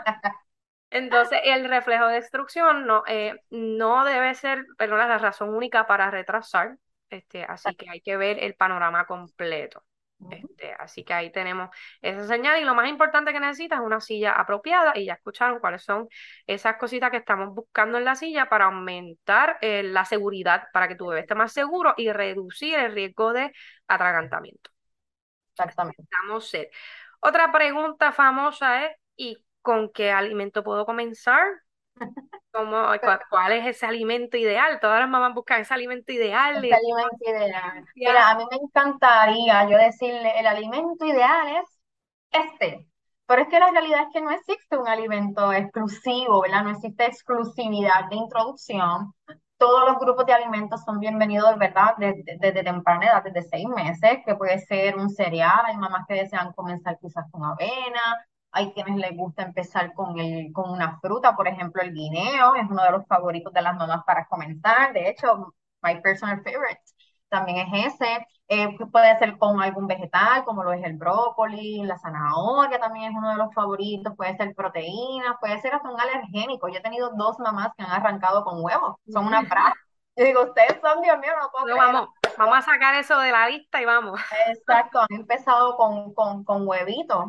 Entonces, el reflejo de extrusión no, eh, no debe ser, perdón, la razón única para retrasar, este, así que hay que ver el panorama completo. Este, así que ahí tenemos esa señal y lo más importante que necesitas es una silla apropiada y ya escucharon cuáles son esas cositas que estamos buscando en la silla para aumentar eh, la seguridad, para que tu bebé esté más seguro y reducir el riesgo de atragantamiento. Exactamente. Estamos set. Otra pregunta famosa es, ¿y con qué alimento puedo comenzar? ¿Cómo, cua- cuál es ese alimento ideal? Todas las mamás buscan ese alimento ideal Este y alimento ideal. ciencia. Mira, a mí me encantaría yo decirle, el alimento ideal es este. Pero es que la realidad es que no existe un alimento exclusivo, ¿verdad? No existe exclusividad de introducción. Todos los grupos de alimentos son bienvenidos, ¿verdad? Desde, desde temprana edad, desde seis meses, que puede ser un cereal. Hay mamás que desean comenzar quizás con avena. Hay quienes les gusta empezar con, el, con una fruta, por ejemplo, el guineo es uno de los favoritos de las mamás para comenzar. De hecho, my personal favorite también es ese. Eh, puede ser con algún vegetal, como lo es el brócoli, la zanahoria también es uno de los favoritos, puede ser proteína, puede ser hasta un alergénico. Yo he tenido dos mamás que han arrancado con huevos, son unas bravas. Yo digo, ustedes son, Dios mío, no lo puedo No, creer. vamos, vamos a sacar eso de la lista y vamos. Exacto, han empezado con, con, con huevitos.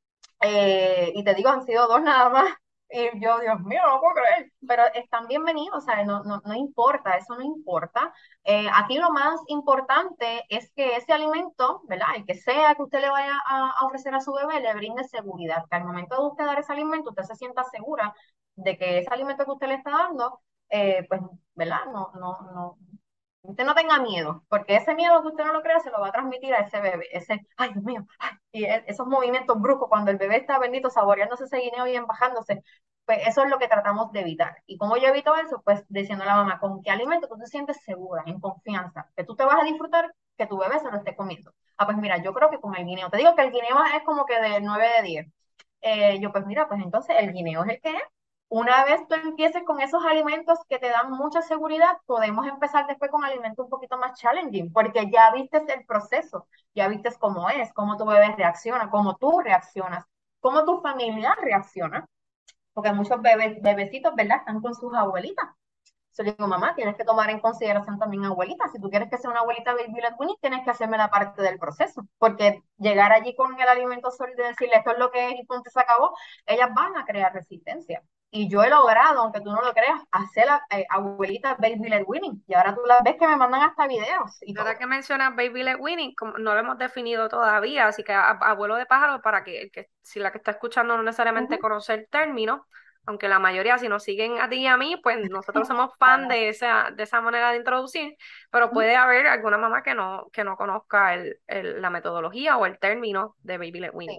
Eh, y te digo, han sido dos nada más. Y yo, Dios mío, no lo puedo creer. Pero están bienvenidos, o sea, no, no, no importa, eso no importa. Eh, aquí lo más importante es que ese alimento, ¿verdad? El que sea que usted le vaya a, a ofrecer a su bebé, le brinde seguridad. Que al momento de usted dar ese alimento, usted se sienta segura de que ese alimento que usted le está dando, eh, pues, ¿verdad? No, no, no, usted no tenga miedo, porque ese miedo que usted no lo crea se lo va a transmitir a ese bebé, ese, ay Dios mío, ay, y e- esos movimientos bruscos cuando el bebé está bendito saboreándose ese guineo y embajándose, pues eso es lo que tratamos de evitar. ¿Y cómo yo evito eso? Pues diciendo a la mamá, ¿con qué alimento tú te sientes segura, en confianza, que tú te vas a disfrutar, que tu bebé se lo esté comiendo? Ah, pues mira, yo creo que con el guineo, te digo que el guineo es como que de nueve de diez. Eh, yo pues mira, pues entonces el guineo es el que es. Una vez tú empieces con esos alimentos que te dan mucha seguridad, podemos empezar después con alimentos un poquito más challenging, porque ya viste el proceso, ya viste cómo es, cómo tu bebé reacciona, cómo tú reaccionas, cómo tu familia reacciona, porque muchos bebés, bebecitos, ¿verdad? Están con sus abuelitas. Yo le digo, mamá, tienes que tomar en consideración también abuelita. Si tú quieres que sea una abuelita baby led weaning, tienes que hacerme la parte del proceso. Porque llegar allí con el alimento sólido y decirle esto es lo que es y punto se acabó, ellas van a crear resistencia. Y yo he logrado, aunque tú no lo creas, hacer a, eh, abuelitas baby led weaning. Y ahora tú las ves que me mandan hasta videos y La verdad todo. que mencionas Baby Led Winning, como no lo hemos definido todavía, así que a- abuelo de pájaro, para que, el que si la que está escuchando no necesariamente Ujú. conoce el término, aunque la mayoría, si nos siguen a ti y a mí, pues nosotros somos fan de esa, de esa manera de introducir, pero puede haber alguna mamá que no, que no conozca el, el- la metodología o el término de Baby Led Sí. Winning.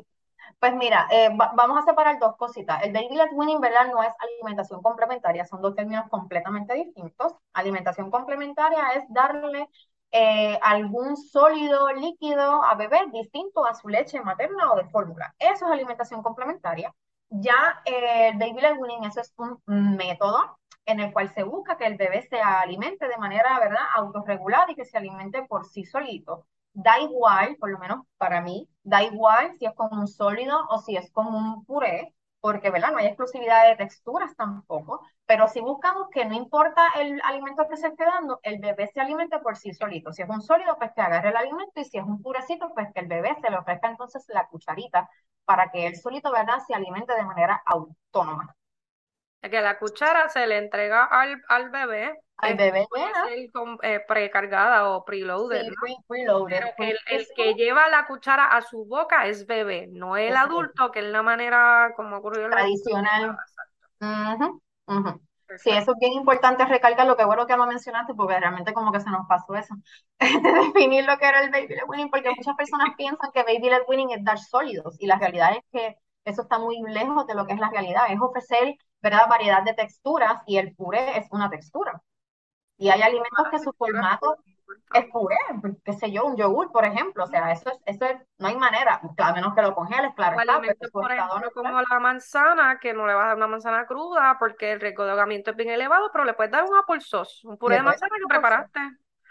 Pues mira, eh, va- vamos a separar dos cositas. El baby led weaning, ¿verdad? No es alimentación complementaria, son dos términos completamente distintos. Alimentación complementaria es darle eh, algún sólido líquido a beber distinto a su leche materna o de fórmula. Eso es alimentación complementaria. Ya eh, el baby led weaning, eso es un método en el cual se busca que el bebé se alimente de manera, ¿verdad?, autorregulada y que se alimente por sí solito. Da igual, por lo menos para mí, da igual si es con un sólido o si es con un puré, porque, ¿verdad? No hay exclusividad de texturas tampoco, pero si buscamos que no importa el alimento que se esté dando, el bebé se alimente por sí solito. Si es un sólido, pues que agarre el alimento y si es un purecito, pues que el bebé se le ofrezca entonces la cucharita para que él solito, ¿verdad?, se alimente de manera autónoma. Que la cuchara se le entrega al, al bebé, Al este, bebé puede llena, ser con, eh, precargada o preloaded, sí, ¿no? pre- preloaded, Pero el, el que purísimo, lleva la cuchara a su boca es bebé, no el es bebé, adulto, que es la manera como ocurrió en la tradicional. Exacto. Ujú, ujú. Sí, Perfecto. eso es bien importante recalcar, lo que bueno que lo mencionaste, porque realmente como que se nos pasó eso, de definir lo que era el baby led weaning, porque muchas personas piensan que baby led weaning es dar sólidos, y la realidad es que eso está muy lejos de lo que es la realidad, es ofrecer, ¿verdad?, variedad de texturas, y el puré es una textura. Y hay alimentos La que su textura es muy formato es importante. puré, qué sé yo, un yogur, por ejemplo, o sea, eso es, eso es, no hay manera, a menos que lo congeles, claro O está, pero alimentos, su por estado ejemplo, natural como la manzana, que no le vas a dar una manzana cruda porque el riesgo de ahogamiento es bien elevado, pero le puedes dar un apple sauce, un puré le de puedes dar manzana que una porción. preparaste.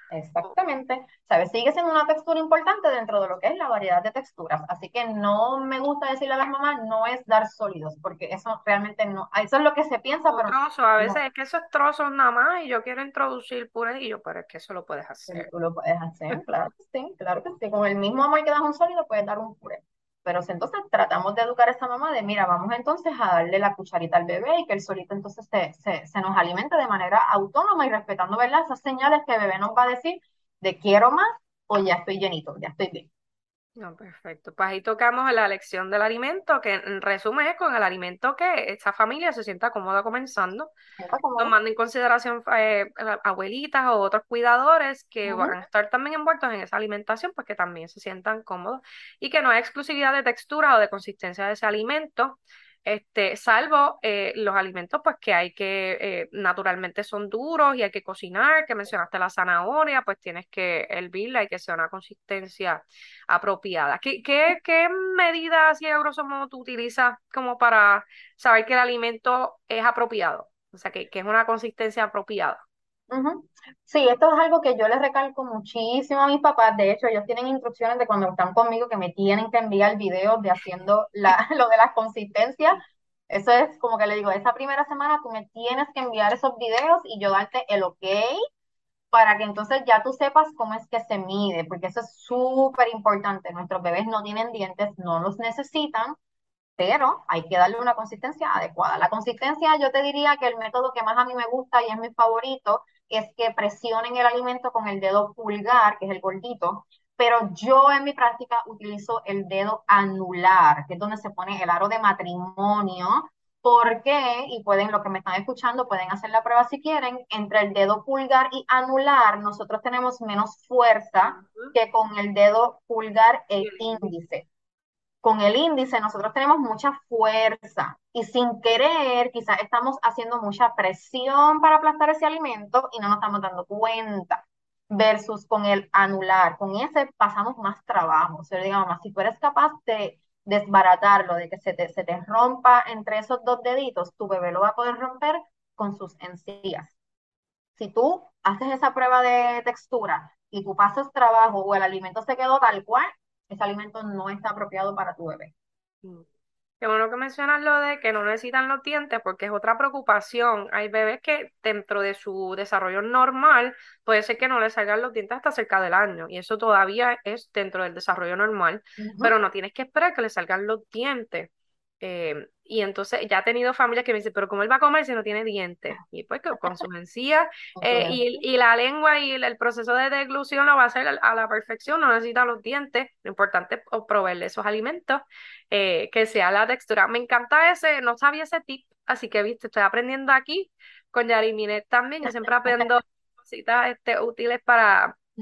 O Exactamente. ¿Sabes? Sigue siendo una textura importante dentro de lo que es la variedad de texturas. Así que no me gusta decirle a las mamás, no es dar sólidos, porque eso realmente no, eso es lo que se piensa, o pero trozos, a veces no, es que eso es trozos nada más y yo quiero introducir puré y yo, pero es que eso lo puedes pero hacer. tú lo puedes hacer, claro que sí, claro que sí. Con el mismo amor que das un sólido, puedes dar un puré. Pero si entonces tratamos de educar a esa mamá de, mira, vamos entonces a darle la cucharita al bebé y que el solito entonces se, se, se nos alimente de manera autónoma y respetando, ¿verdad?, esas señales que el bebé nos va a decir de quiero más o ya estoy llenito, ya estoy bien. No, perfecto. Pues ahí tocamos la elección del alimento, que en resumen es con el alimento que esta familia se sienta cómoda comenzando, ¿Sienta cómodo? tomando en consideración eh, a- abuelitas o otros cuidadores que Ujú. van a estar también envueltos en esa alimentación, pues que también se sientan cómodos y que no hay exclusividad de textura o de consistencia de ese alimento. Este, salvo eh, los alimentos pues que hay que eh, naturalmente son duros y hay que cocinar, que mencionaste la zanahoria, pues tienes que hervirla y que sea una consistencia apropiada. ¿Qué, qué, qué medidas y a grosso modo tú utilizas como para saber que el alimento es apropiado? O sea, que, que es una consistencia apropiada. Ujú. Sí, esto es algo que yo les recalco muchísimo a mis papás. De hecho, ellos tienen instrucciones de cuando están conmigo que me tienen que enviar videos de haciendo la, lo de las consistencias. Eso es como que le digo, esa primera semana tú me tienes que enviar esos videos y yo darte el ok para que entonces ya tú sepas cómo es que se mide, porque eso es súper importante. Nuestros bebés no tienen dientes, no los necesitan, pero hay que darle una consistencia adecuada. La consistencia, yo te diría que el método que más a mí me gusta y es mi favorito es que presionen el alimento con el dedo pulgar, que es el gordito, pero yo en mi práctica utilizo el dedo anular, que es donde se pone el aro de matrimonio. ¿Por qué? Y pueden, los que me están escuchando, pueden hacer la prueba si quieren. Entre el dedo pulgar y anular, nosotros tenemos menos fuerza Ujú. que con el dedo pulgar Y e el índice. índice. Con el índice nosotros tenemos mucha fuerza y sin querer quizás estamos haciendo mucha presión para aplastar ese alimento y no nos estamos dando cuenta. Versus con el anular, con ese pasamos más trabajo. O sea, digamos, más, si tú eres capaz de desbaratarlo, de que se te, se te rompa entre esos dos deditos, tu bebé lo va a poder romper con sus encías. Si tú haces esa prueba de textura y tú pasas trabajo o el alimento se quedó tal cual, ese alimento no está apropiado para tu bebé. Mm. Qué bueno que mencionas lo de que no necesitan los dientes, porque es otra preocupación. Hay bebés que dentro de su desarrollo normal puede ser que no les salgan los dientes hasta cerca del año, y eso todavía es dentro del desarrollo normal, pero Ujú. no tienes que esperar que le salgan los dientes. Eh, y entonces ya he tenido familias que me dicen, pero ¿cómo él va a comer si no tiene dientes? Y pues que con sus encías Con su eh, y, encía. y la lengua y el, el proceso de deglución lo va a hacer a, a la perfección, no necesita los dientes. Lo importante es proveerle esos alimentos, eh, que sea la textura. Me encanta ese, no sabía ese tip, así que viste, estoy aprendiendo aquí con Yariminet también. Yo siempre aprendo cositas este, útiles para,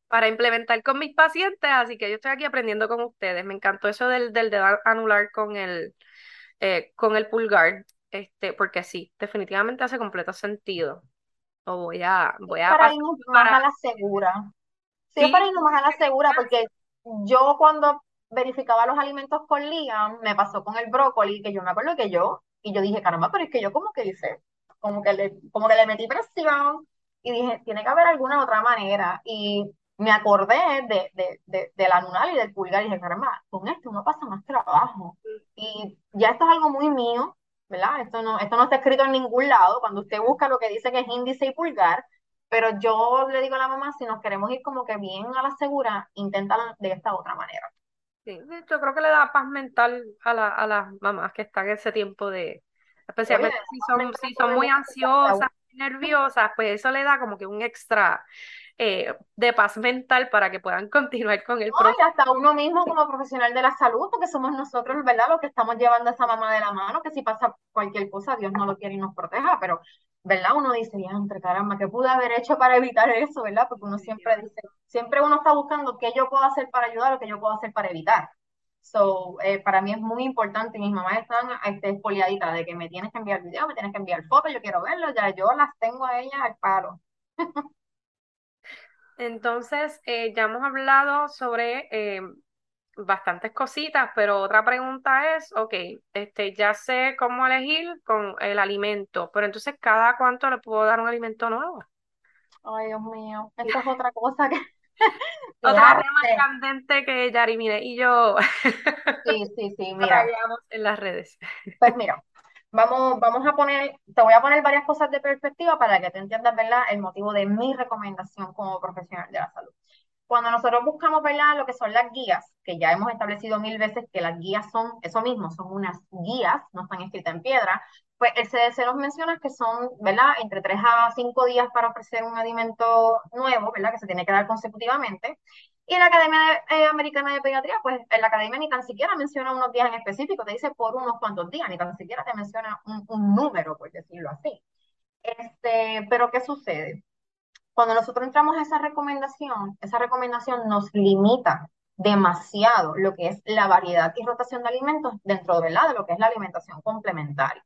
para implementar con mis pacientes, así que yo estoy aquí aprendiendo con ustedes. Me encantó eso del, del dedo anular con el, eh, con el pulgar, este, porque sí, definitivamente hace completo sentido. O voy a, voy Es a para pasar irnos más para... a la segura. Sí, es para Sí, irnos más a la segura, porque yo cuando verificaba los alimentos con Liam, me pasó con el brócoli, que yo me acuerdo que yo, y yo dije, caramba, pero es que yo como que hice, como que le, como que le metí presión, y dije, tiene que haber alguna otra manera, y me acordé de, de, de, del anular y del pulgar, y dije, caramba, con esto uno pasa más trabajo, y ya esto es algo muy mío, ¿verdad? Esto no, esto no está escrito en ningún lado, cuando usted busca lo que dice que es índice y pulgar, pero yo le digo a la mamá, si nos queremos ir como que bien a la segura, inténtalo de esta otra manera. sí, yo creo que le da paz mental a, la, a las mamás que están en ese tiempo de, Oye, le especialmente da si más son, mental a si todo son el muy mundo que está ansiosas, nerviosas, pues eso le da como que un extra eh, de paz mental para que puedan continuar con el no, y proceso. hasta uno mismo como profesional de la salud, porque somos nosotros, ¿verdad?, los que estamos llevando a esa mamá de la mano, que si pasa cualquier cosa, Dios no lo quiere y nos proteja, pero, ¿verdad? Uno dice, ya, entre caramba, ¿qué pude haber hecho para evitar eso, ¿verdad? Porque uno siempre dice, siempre uno está buscando qué yo puedo hacer para ayudar o qué yo puedo hacer para evitar. So, eh, para mí es muy importante, y mis mamás están este, espoliaditas de que me tienes que enviar video, me tienes que enviar fotos, yo quiero verlo, ya yo las tengo a ellas al palo. Entonces, eh, ya hemos hablado sobre eh, bastantes cositas, pero otra pregunta es, ok, este, ya sé cómo elegir con el alimento, pero entonces, ¿cada cuánto le puedo dar un alimento nuevo? Ay, Dios mío, esa es otra cosa que, que Otro tema arte. candente que Yarimine y yo Sí, sí, sí, mira, batallamos en las redes. pues mira, vamos, vamos a poner, te voy a poner varias cosas de perspectiva para que te entiendas, ¿verdad?, el motivo de mi recomendación como profesional de la salud. Cuando nosotros buscamos, ¿verdad?, lo que son las guías, que ya hemos establecido mil veces que las guías son eso mismo, son unas guías, no están escritas en piedra, pues el C D C nos menciona que son, ¿verdad?, entre tres a cinco días para ofrecer un alimento nuevo, ¿verdad?, que se tiene que dar consecutivamente. Y en la Academia de- eh, Americana de Pediatría, pues en la academia ni tan siquiera menciona unos días en específico, te dice por unos cuantos días, ni tan siquiera te menciona un, un número, por decirlo así. Este, pero ¿qué sucede? Cuando nosotros entramos a esa recomendación, esa recomendación nos limita demasiado lo que es la variedad y rotación de alimentos dentro, ¿verdad?, de lo que es la alimentación complementaria.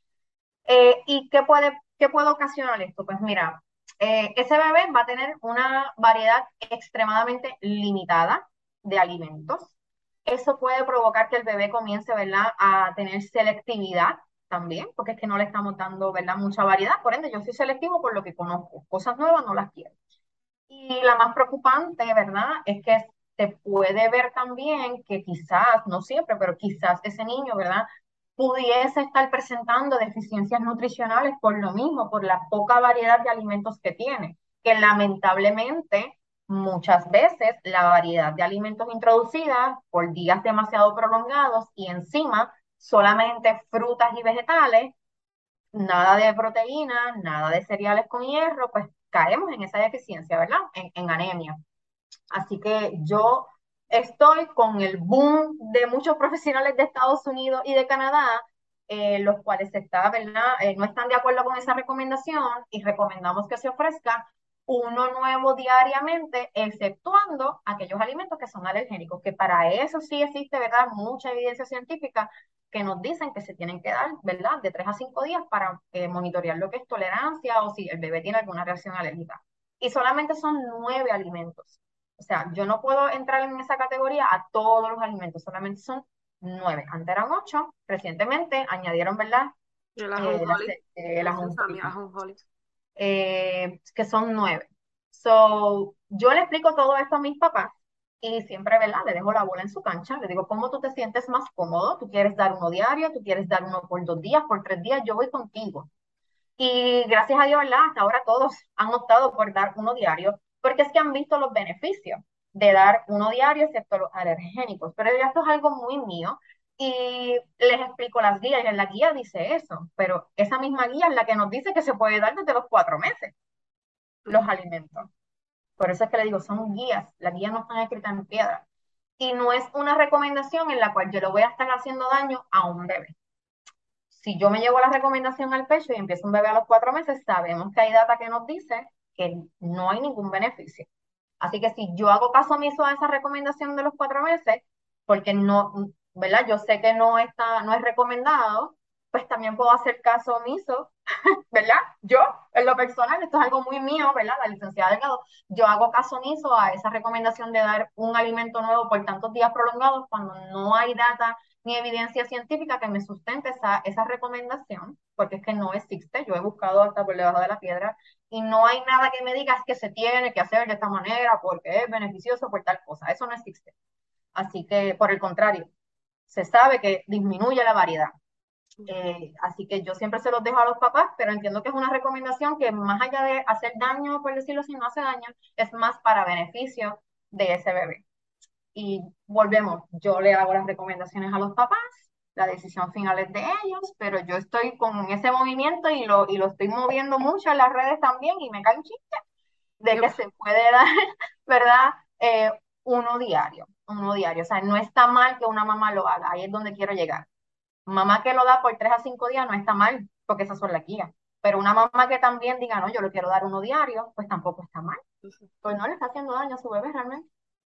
Eh, ¿y qué puede, qué puede ocasionar esto? Pues mira, eh, ese bebé va a tener una variedad extremadamente limitada de alimentos. Eso puede provocar que el bebé comience, ¿verdad?, a tener selectividad también, porque es que no le estamos dando, ¿verdad?, mucha variedad. Por ende, yo soy selectivo por lo que conozco. Cosas nuevas no las quiero. Y la más preocupante, ¿verdad?, es que se puede ver también que quizás, no siempre, pero quizás ese niño, ¿verdad?, pudiese estar presentando deficiencias nutricionales por lo mismo, por la poca variedad de alimentos que tiene, que lamentablemente muchas veces la variedad de alimentos introducida por días demasiado prolongados y encima solamente frutas y vegetales, nada de proteína, nada de cereales con hierro, pues caemos en esa deficiencia, ¿verdad? En, en anemia. Así que yo estoy con el boom de muchos profesionales de Estados Unidos y de Canadá, eh, los cuales está, ¿verdad? Eh, no están de acuerdo con esa recomendación y recomendamos que se ofrezca uno nuevo diariamente, exceptuando aquellos alimentos que son alergénicos, que para eso sí existe, ¿verdad?, mucha evidencia científica que nos dicen que se tienen que dar, ¿verdad?, de tres a cinco días para eh, monitorear lo que es tolerancia o si el bebé tiene alguna reacción alérgica. Y solamente son nueve alimentos. O sea, yo no puedo entrar en esa categoría a todos los alimentos, solamente son nueve. Antes eran ocho, recientemente añadieron, ¿verdad?, El Eh, las, ajonjolí, eh, el las sesame, ajonjolí, ajonjolí. eh, que son nueve. So, yo le explico todo esto a mis papás y siempre, ¿verdad?, le dejo la bola en su cancha. Le digo, ¿cómo tú te sientes más cómodo? ¿Tú quieres dar uno diario? ¿Tú quieres dar uno por dos días, por tres días? Yo voy contigo. Y gracias a Dios, ¿verdad?, hasta ahora todos han optado por dar uno diario, porque es que han visto los beneficios de dar uno diario, excepto los alergénicos. Pero ya esto es algo muy mío y les explico las guías y en la guía dice eso, pero esa misma guía es la que nos dice que se puede dar desde los cuatro meses los alimentos. Por eso es que le digo, son guías, las guías no están escritas en piedra. Y no es una recomendación en la cual yo le voy a estar haciendo daño a un bebé. Si yo me llevo la recomendación al pecho y empiezo un bebé a los cuatro meses, sabemos que hay data que nos dice que no hay ningún beneficio. Así que si yo hago caso omiso a esa recomendación de los cuatro meses, porque no, ¿verdad? Yo sé que no está, no es recomendado, pues también puedo hacer caso omiso, ¿verdad? Yo, en lo personal, esto es algo muy mío, ¿verdad? La licenciada Delgado, yo hago caso omiso a esa recomendación de dar un alimento nuevo por tantos días prolongados cuando no hay data ni evidencia científica que me sustente esa, esa recomendación, porque es que no existe. Yo he buscado hasta por debajo de la piedra y no hay nada que me diga que se tiene que hacer de esta manera porque es beneficioso por tal cosa. Eso no existe. Así que, por el contrario, se sabe que disminuye la variedad. Eh, así que yo siempre se los dejo a los papás, pero entiendo que es una recomendación que más allá de hacer daño, por decirlo así, no hace daño, es más para beneficio de ese bebé. Y volvemos, yo le hago las recomendaciones a los papás, la decisión final es de ellos, pero yo estoy con ese movimiento y lo, y lo estoy moviendo mucho en las redes también y me cae un chiste de que Yep. se puede dar, ¿verdad? Eh, uno diario, uno diario. O sea, no está mal que una mamá lo haga, ahí es donde quiero llegar. Mamá que lo da por tres a cinco días no está mal, porque esas son las guías. Pero una mamá que también diga, no, yo lo quiero dar uno diario, pues tampoco está mal. Pues no le está haciendo daño a su bebé realmente.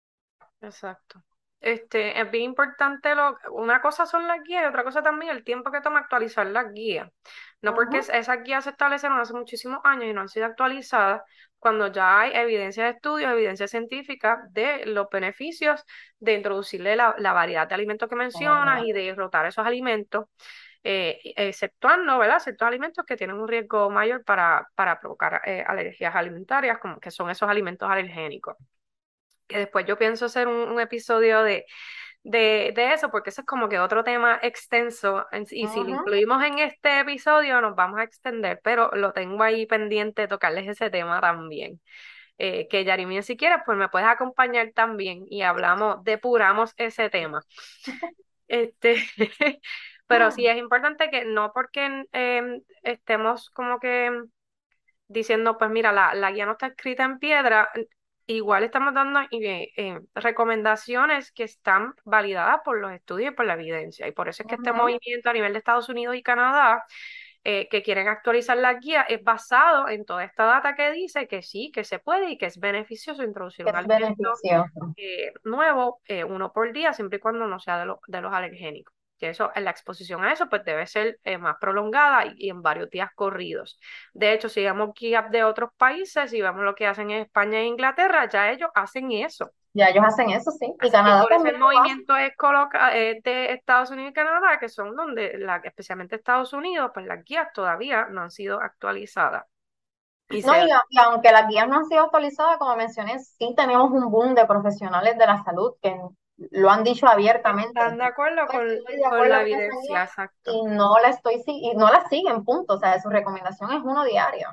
Exacto. Este, es bien importante lo, una cosa son las guías y otra cosa también el tiempo que toma actualizar las guías. No porque Ujú. es- esas guías se establecieron hace muchísimos años y no han sido actualizadas, cuando ya hay evidencia de estudios, evidencia científica de los beneficios de introducirle la, la variedad de alimentos que mencionas y de rotar esos alimentos, eh, exceptuando, ¿verdad? Ciertos alimentos que tienen un riesgo mayor para, para provocar eh, alergias alimentarias, como que son esos alimentos alergénicos que después yo pienso hacer un, un episodio de, de, de eso, porque eso es como que otro tema extenso, en- y si lo Ujú. incluimos en este episodio nos vamos a extender, pero lo tengo ahí pendiente de tocarles ese tema también. Eh, que Yarimín, si quieres, pues me puedes acompañar también y hablamos, depuramos ese tema. Este, pero sí es importante que no porque em, estemos como que diciendo, pues mira, la, la guía no está escrita en piedra, igual estamos dando eh, eh, recomendaciones que están validadas por los estudios y por la evidencia. Y por eso es que este Ujú. movimiento a nivel de Estados Unidos y Canadá, eh, que quieren actualizar la guía, es basado en toda esta data que dice que sí, que se puede y que es beneficioso introducir un Es alimento beneficioso. eh, nuevo, eh, uno por día, siempre y cuando no sea de, lo- de los alergénicos. Que eso, en la exposición a eso, pues debe ser eh, más prolongada y, y en varios días corridos. De hecho, si vemos guías de otros países y vemos lo que hacen en España e Inglaterra, ya ellos hacen eso. Ya ellos hacen eso, sí. Y Así que Canadá por eso también el lo hace. movimiento es, coloca, es de Estados Unidos y Canadá, que son donde, la, especialmente Estados Unidos, pues las guías todavía no han sido actualizadas. Y No, se y, a- y aunque las guías no han sido actualizadas, como mencioné, sí tenemos un boom de profesionales de la salud que lo han dicho abiertamente. están de acuerdo No con, estoy de con acuerdo la con esa guía evidencia, exacto. y no la estoy si- y no la siguen, punto. O sea, su recomendación es uno diario.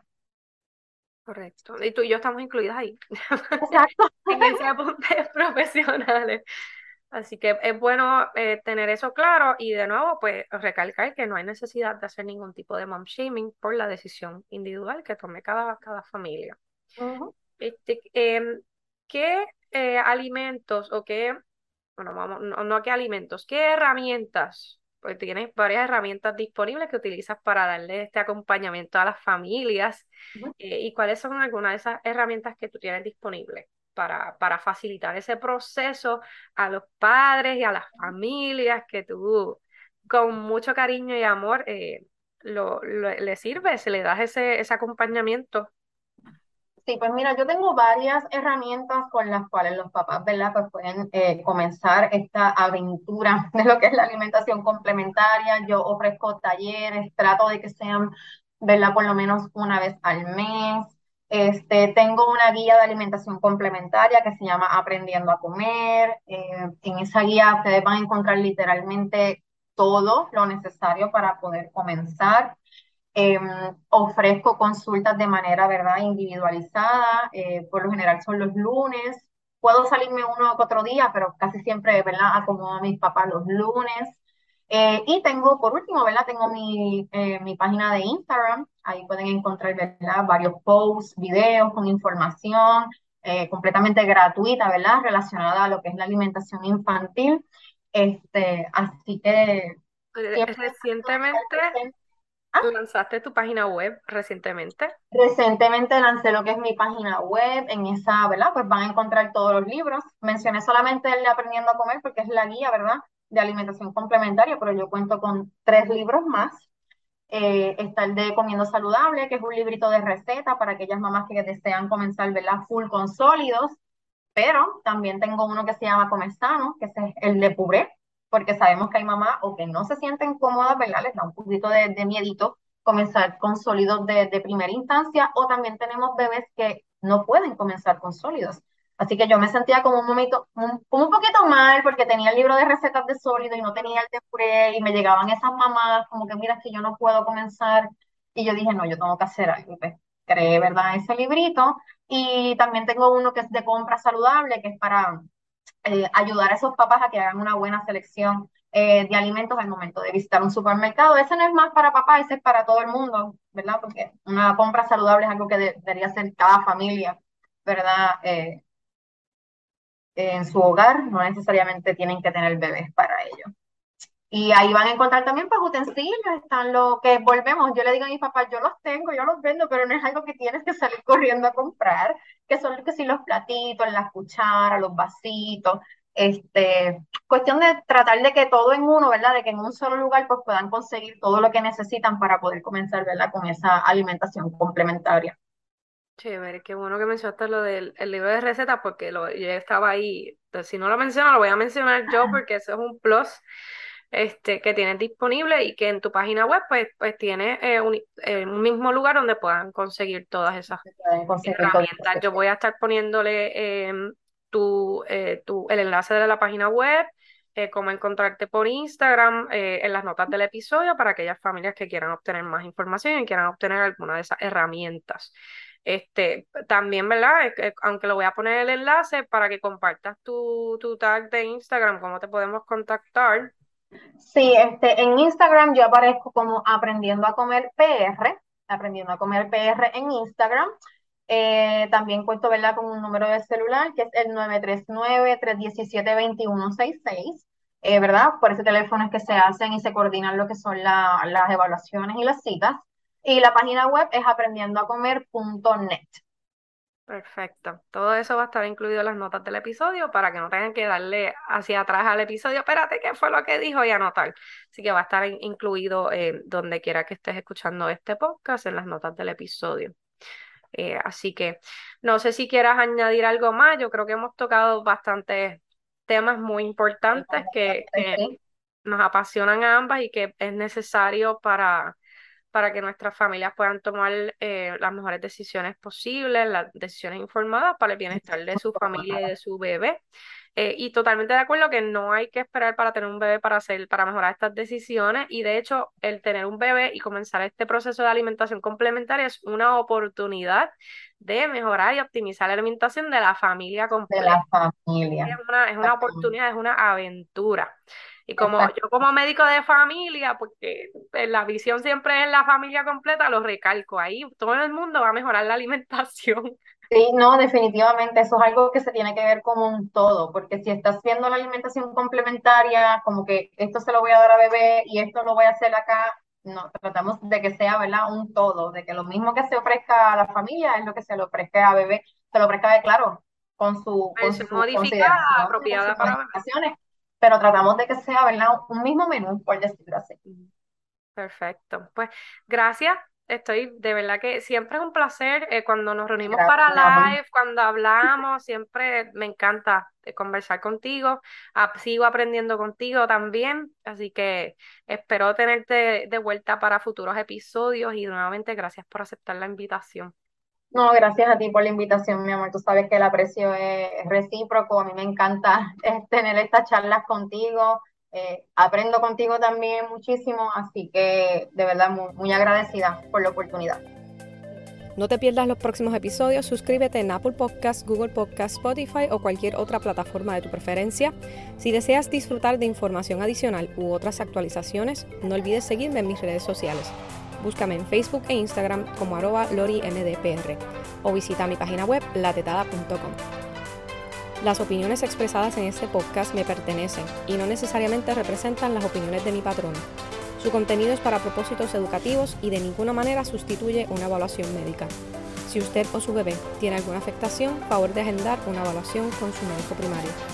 Correcto. Y tú y yo estamos incluidas ahí, Exacto. en ese apunte profesionales. Así que es bueno eh, tener eso claro y de nuevo, pues recalcar que no hay necesidad de hacer ningún tipo de mom shaming por la decisión individual que tome cada, cada familia. Ujú, Este, em, ¿qué eh, alimentos o qué, bueno, vamos, no, no qué alimentos, qué herramientas? Pues tienes varias herramientas disponibles que utilizas para darle este acompañamiento a las familias. ujú. Eh, ¿y cuáles son algunas de esas herramientas que tú tienes disponibles para, para facilitar ese proceso a los padres y a las familias que tú con mucho cariño y amor eh, lo, lo- le sirves, le das ese, ese acompañamiento? Sí, pues mira, yo tengo varias herramientas con las cuales los papás, ¿verdad? Pues pueden eh, comenzar esta aventura de lo que es la alimentación complementaria. Yo ofrezco talleres, trato de que sean, ¿verdad? Por lo menos una vez al mes. Este, tengo una guía de alimentación complementaria que se llama Aprendiendo a Comer. Eh, en esa guía ustedes van a encontrar literalmente todo lo necesario para poder comenzar. Eh, Ofrezco consultas de manera, ¿verdad?, individualizada. Eh, por lo general son los lunes. Puedo salirme uno que otro día, pero casi siempre, ¿verdad?, acomodo a mis papás los lunes. Eh, y tengo, por último, ¿verdad?, tengo mi, eh, mi página de Instagram. Ahí pueden encontrar, ¿verdad?, varios posts, videos con información eh, completamente gratuita, ¿verdad?, relacionada a lo que es la alimentación infantil. Este, así que Re- siempre Recientemente, estar presente. ¿Tú lanzaste tu página web recientemente? Recientemente lancé lo que es mi página web, en esa, ¿verdad? Pues van a encontrar todos los libros. Mencioné solamente el de Aprendiendo a Comer porque es la guía, ¿verdad? De alimentación complementaria, pero yo cuento con tres libros más. Eh, está el de Comiendo Saludable, que es un librito de receta para aquellas mamás que desean comenzar, ¿verdad? Full con sólidos, pero también tengo uno que se llama Comer Sano, que es el de puré, porque sabemos que hay mamás o que no se sienten cómodas, ¿verdad? Les da un poquito de, de miedito comenzar con sólidos de, de primera instancia, o también tenemos bebés que no pueden comenzar con sólidos. Así que yo me sentía como un momento, un, como un poquito mal, porque tenía el libro de recetas de sólido y no tenía el de puré, y me llegaban esas mamás como que, mira, es que yo no puedo comenzar. Y yo dije, no, yo tengo que hacer algo. Y pues, creé, ¿verdad? Ese librito. Y también tengo uno que es de compra saludable, que es para eh, ayudar a esos papás a que hagan una buena selección eh, de alimentos al momento de visitar un supermercado. Ese no es más para papá, ese es para todo el mundo, ¿verdad? Porque una compra saludable es algo que de- debería hacer cada familia, ¿verdad? Eh, en su hogar, no necesariamente tienen que tener bebés para ello. Y ahí van a encontrar también pues utensilios, están los que volvemos, yo le digo a mis papás, yo los tengo, yo los vendo, pero no es algo que tienes que salir corriendo a comprar, que son que sí los platitos, las cucharas, los vasitos, este, cuestión de tratar de que todo en uno, ¿verdad? De que en un solo lugar pues puedan conseguir todo lo que necesitan para poder comenzar, ¿verdad? Con esa alimentación complementaria. Chévere, qué bueno que mencionaste lo del el libro de recetas porque lo, yo estaba ahí. Entonces, si no lo menciono, lo voy a mencionar yo porque eso es un plus este, que tienes disponible y que en tu página web pues, pues tienes eh, un, eh, un mismo lugar donde puedan conseguir todas esas Se pueden conseguir todo esto. herramientas. Yo voy a estar poniéndole em, tu, eh, tu, el enlace de la página web, eh, cómo encontrarte por Instagram, eh, en las notas del episodio para aquellas familias que quieran obtener más información y quieran obtener alguna de esas herramientas. Este, también, ¿verdad? Es que, aunque lo voy a poner el enlace para que compartas tu, tu tag de Instagram, cómo te podemos contactar. Sí, este, en Instagram yo aparezco como Aprendiendo a Comer P R, Aprendiendo a Comer P R en Instagram. Eh, también cuento, ¿verdad?, con un número de celular que es el nueve tres nueve, tres uno siete, dos uno seis seis, eh, ¿verdad? Por ese teléfono es que se hacen y se coordinan lo que son la- las evaluaciones y las citas. Y la página web es aprendiendo a comer punto net. Perfecto. Todo eso va a estar incluido en las notas del episodio para que no tengan que darle hacia atrás al episodio. Espérate, ¿qué fue lo que dijo? Y anotar. Así que va a estar in- incluido eh, donde quiera que estés escuchando este podcast, en las notas del episodio. Eh, así que no sé si quieras añadir algo más. Yo creo que hemos tocado bastantes temas muy importantes que, que Sí, nos apasionan a ambas y que es necesario para para que nuestras familias puedan tomar eh, las mejores decisiones posibles, las decisiones informadas para el bienestar de su familia y de su bebé. Eh, y totalmente de acuerdo que no hay que esperar para tener un bebé para hacer, para mejorar estas decisiones. Y de hecho, el tener un bebé y comenzar este proceso de alimentación complementaria es una oportunidad de mejorar y optimizar la alimentación de la familia de completa. la familia. Es una, es una Exactamente. oportunidad, es una aventura. Y como Exacto. yo como médico de familia, porque eh, la visión siempre es la familia completa, lo recalco ahí, todo el mundo va a mejorar la alimentación. Sí, no, definitivamente, eso es algo que se tiene que ver como un todo, porque si estás viendo la alimentación complementaria, como que esto se lo voy a dar a bebé y esto lo voy a hacer acá, no, tratamos de que sea, ¿verdad? Un todo, de que lo mismo que se ofrezca a la familia es lo que se le ofrezca a bebé, se lo ofrezca, claro, con su, con Versión sus modificada, consideraciones, con sus apropiada para bebés. modificaciones, pero tratamos de que sea, ¿verdad? Un mismo menú, por decirlo así. Ujú. Perfecto. Pues gracias. Estoy de verdad que siempre es un placer eh, cuando nos reunimos Gracias, para mi amor. live, cuando hablamos, siempre me encanta eh, conversar contigo. Ah, sigo aprendiendo contigo también, así que espero tenerte de vuelta para futuros episodios y nuevamente gracias por aceptar la invitación. No, gracias a ti por la invitación, mi amor. Tú sabes que el aprecio es recíproco. A mí me encanta eh, tener estas charlas contigo. Eh, aprendo contigo también muchísimo, así que de verdad muy, muy agradecida por la oportunidad. No te pierdas los próximos episodios, suscríbete en Apple Podcasts, Google Podcasts, Spotify o cualquier otra plataforma de tu preferencia. Si deseas disfrutar de información adicional u otras actualizaciones, no olvides seguirme en mis redes sociales. Búscame en Facebook e Instagram como arroba lorimdpr o visita mi página web latetada punto com. Las opiniones expresadas en este podcast me pertenecen y no necesariamente representan las opiniones de mi patrona. Su contenido es para propósitos educativos y de ninguna manera sustituye una evaluación médica. Si usted o su bebé tiene alguna afectación, favor de agendar una evaluación con su médico primario.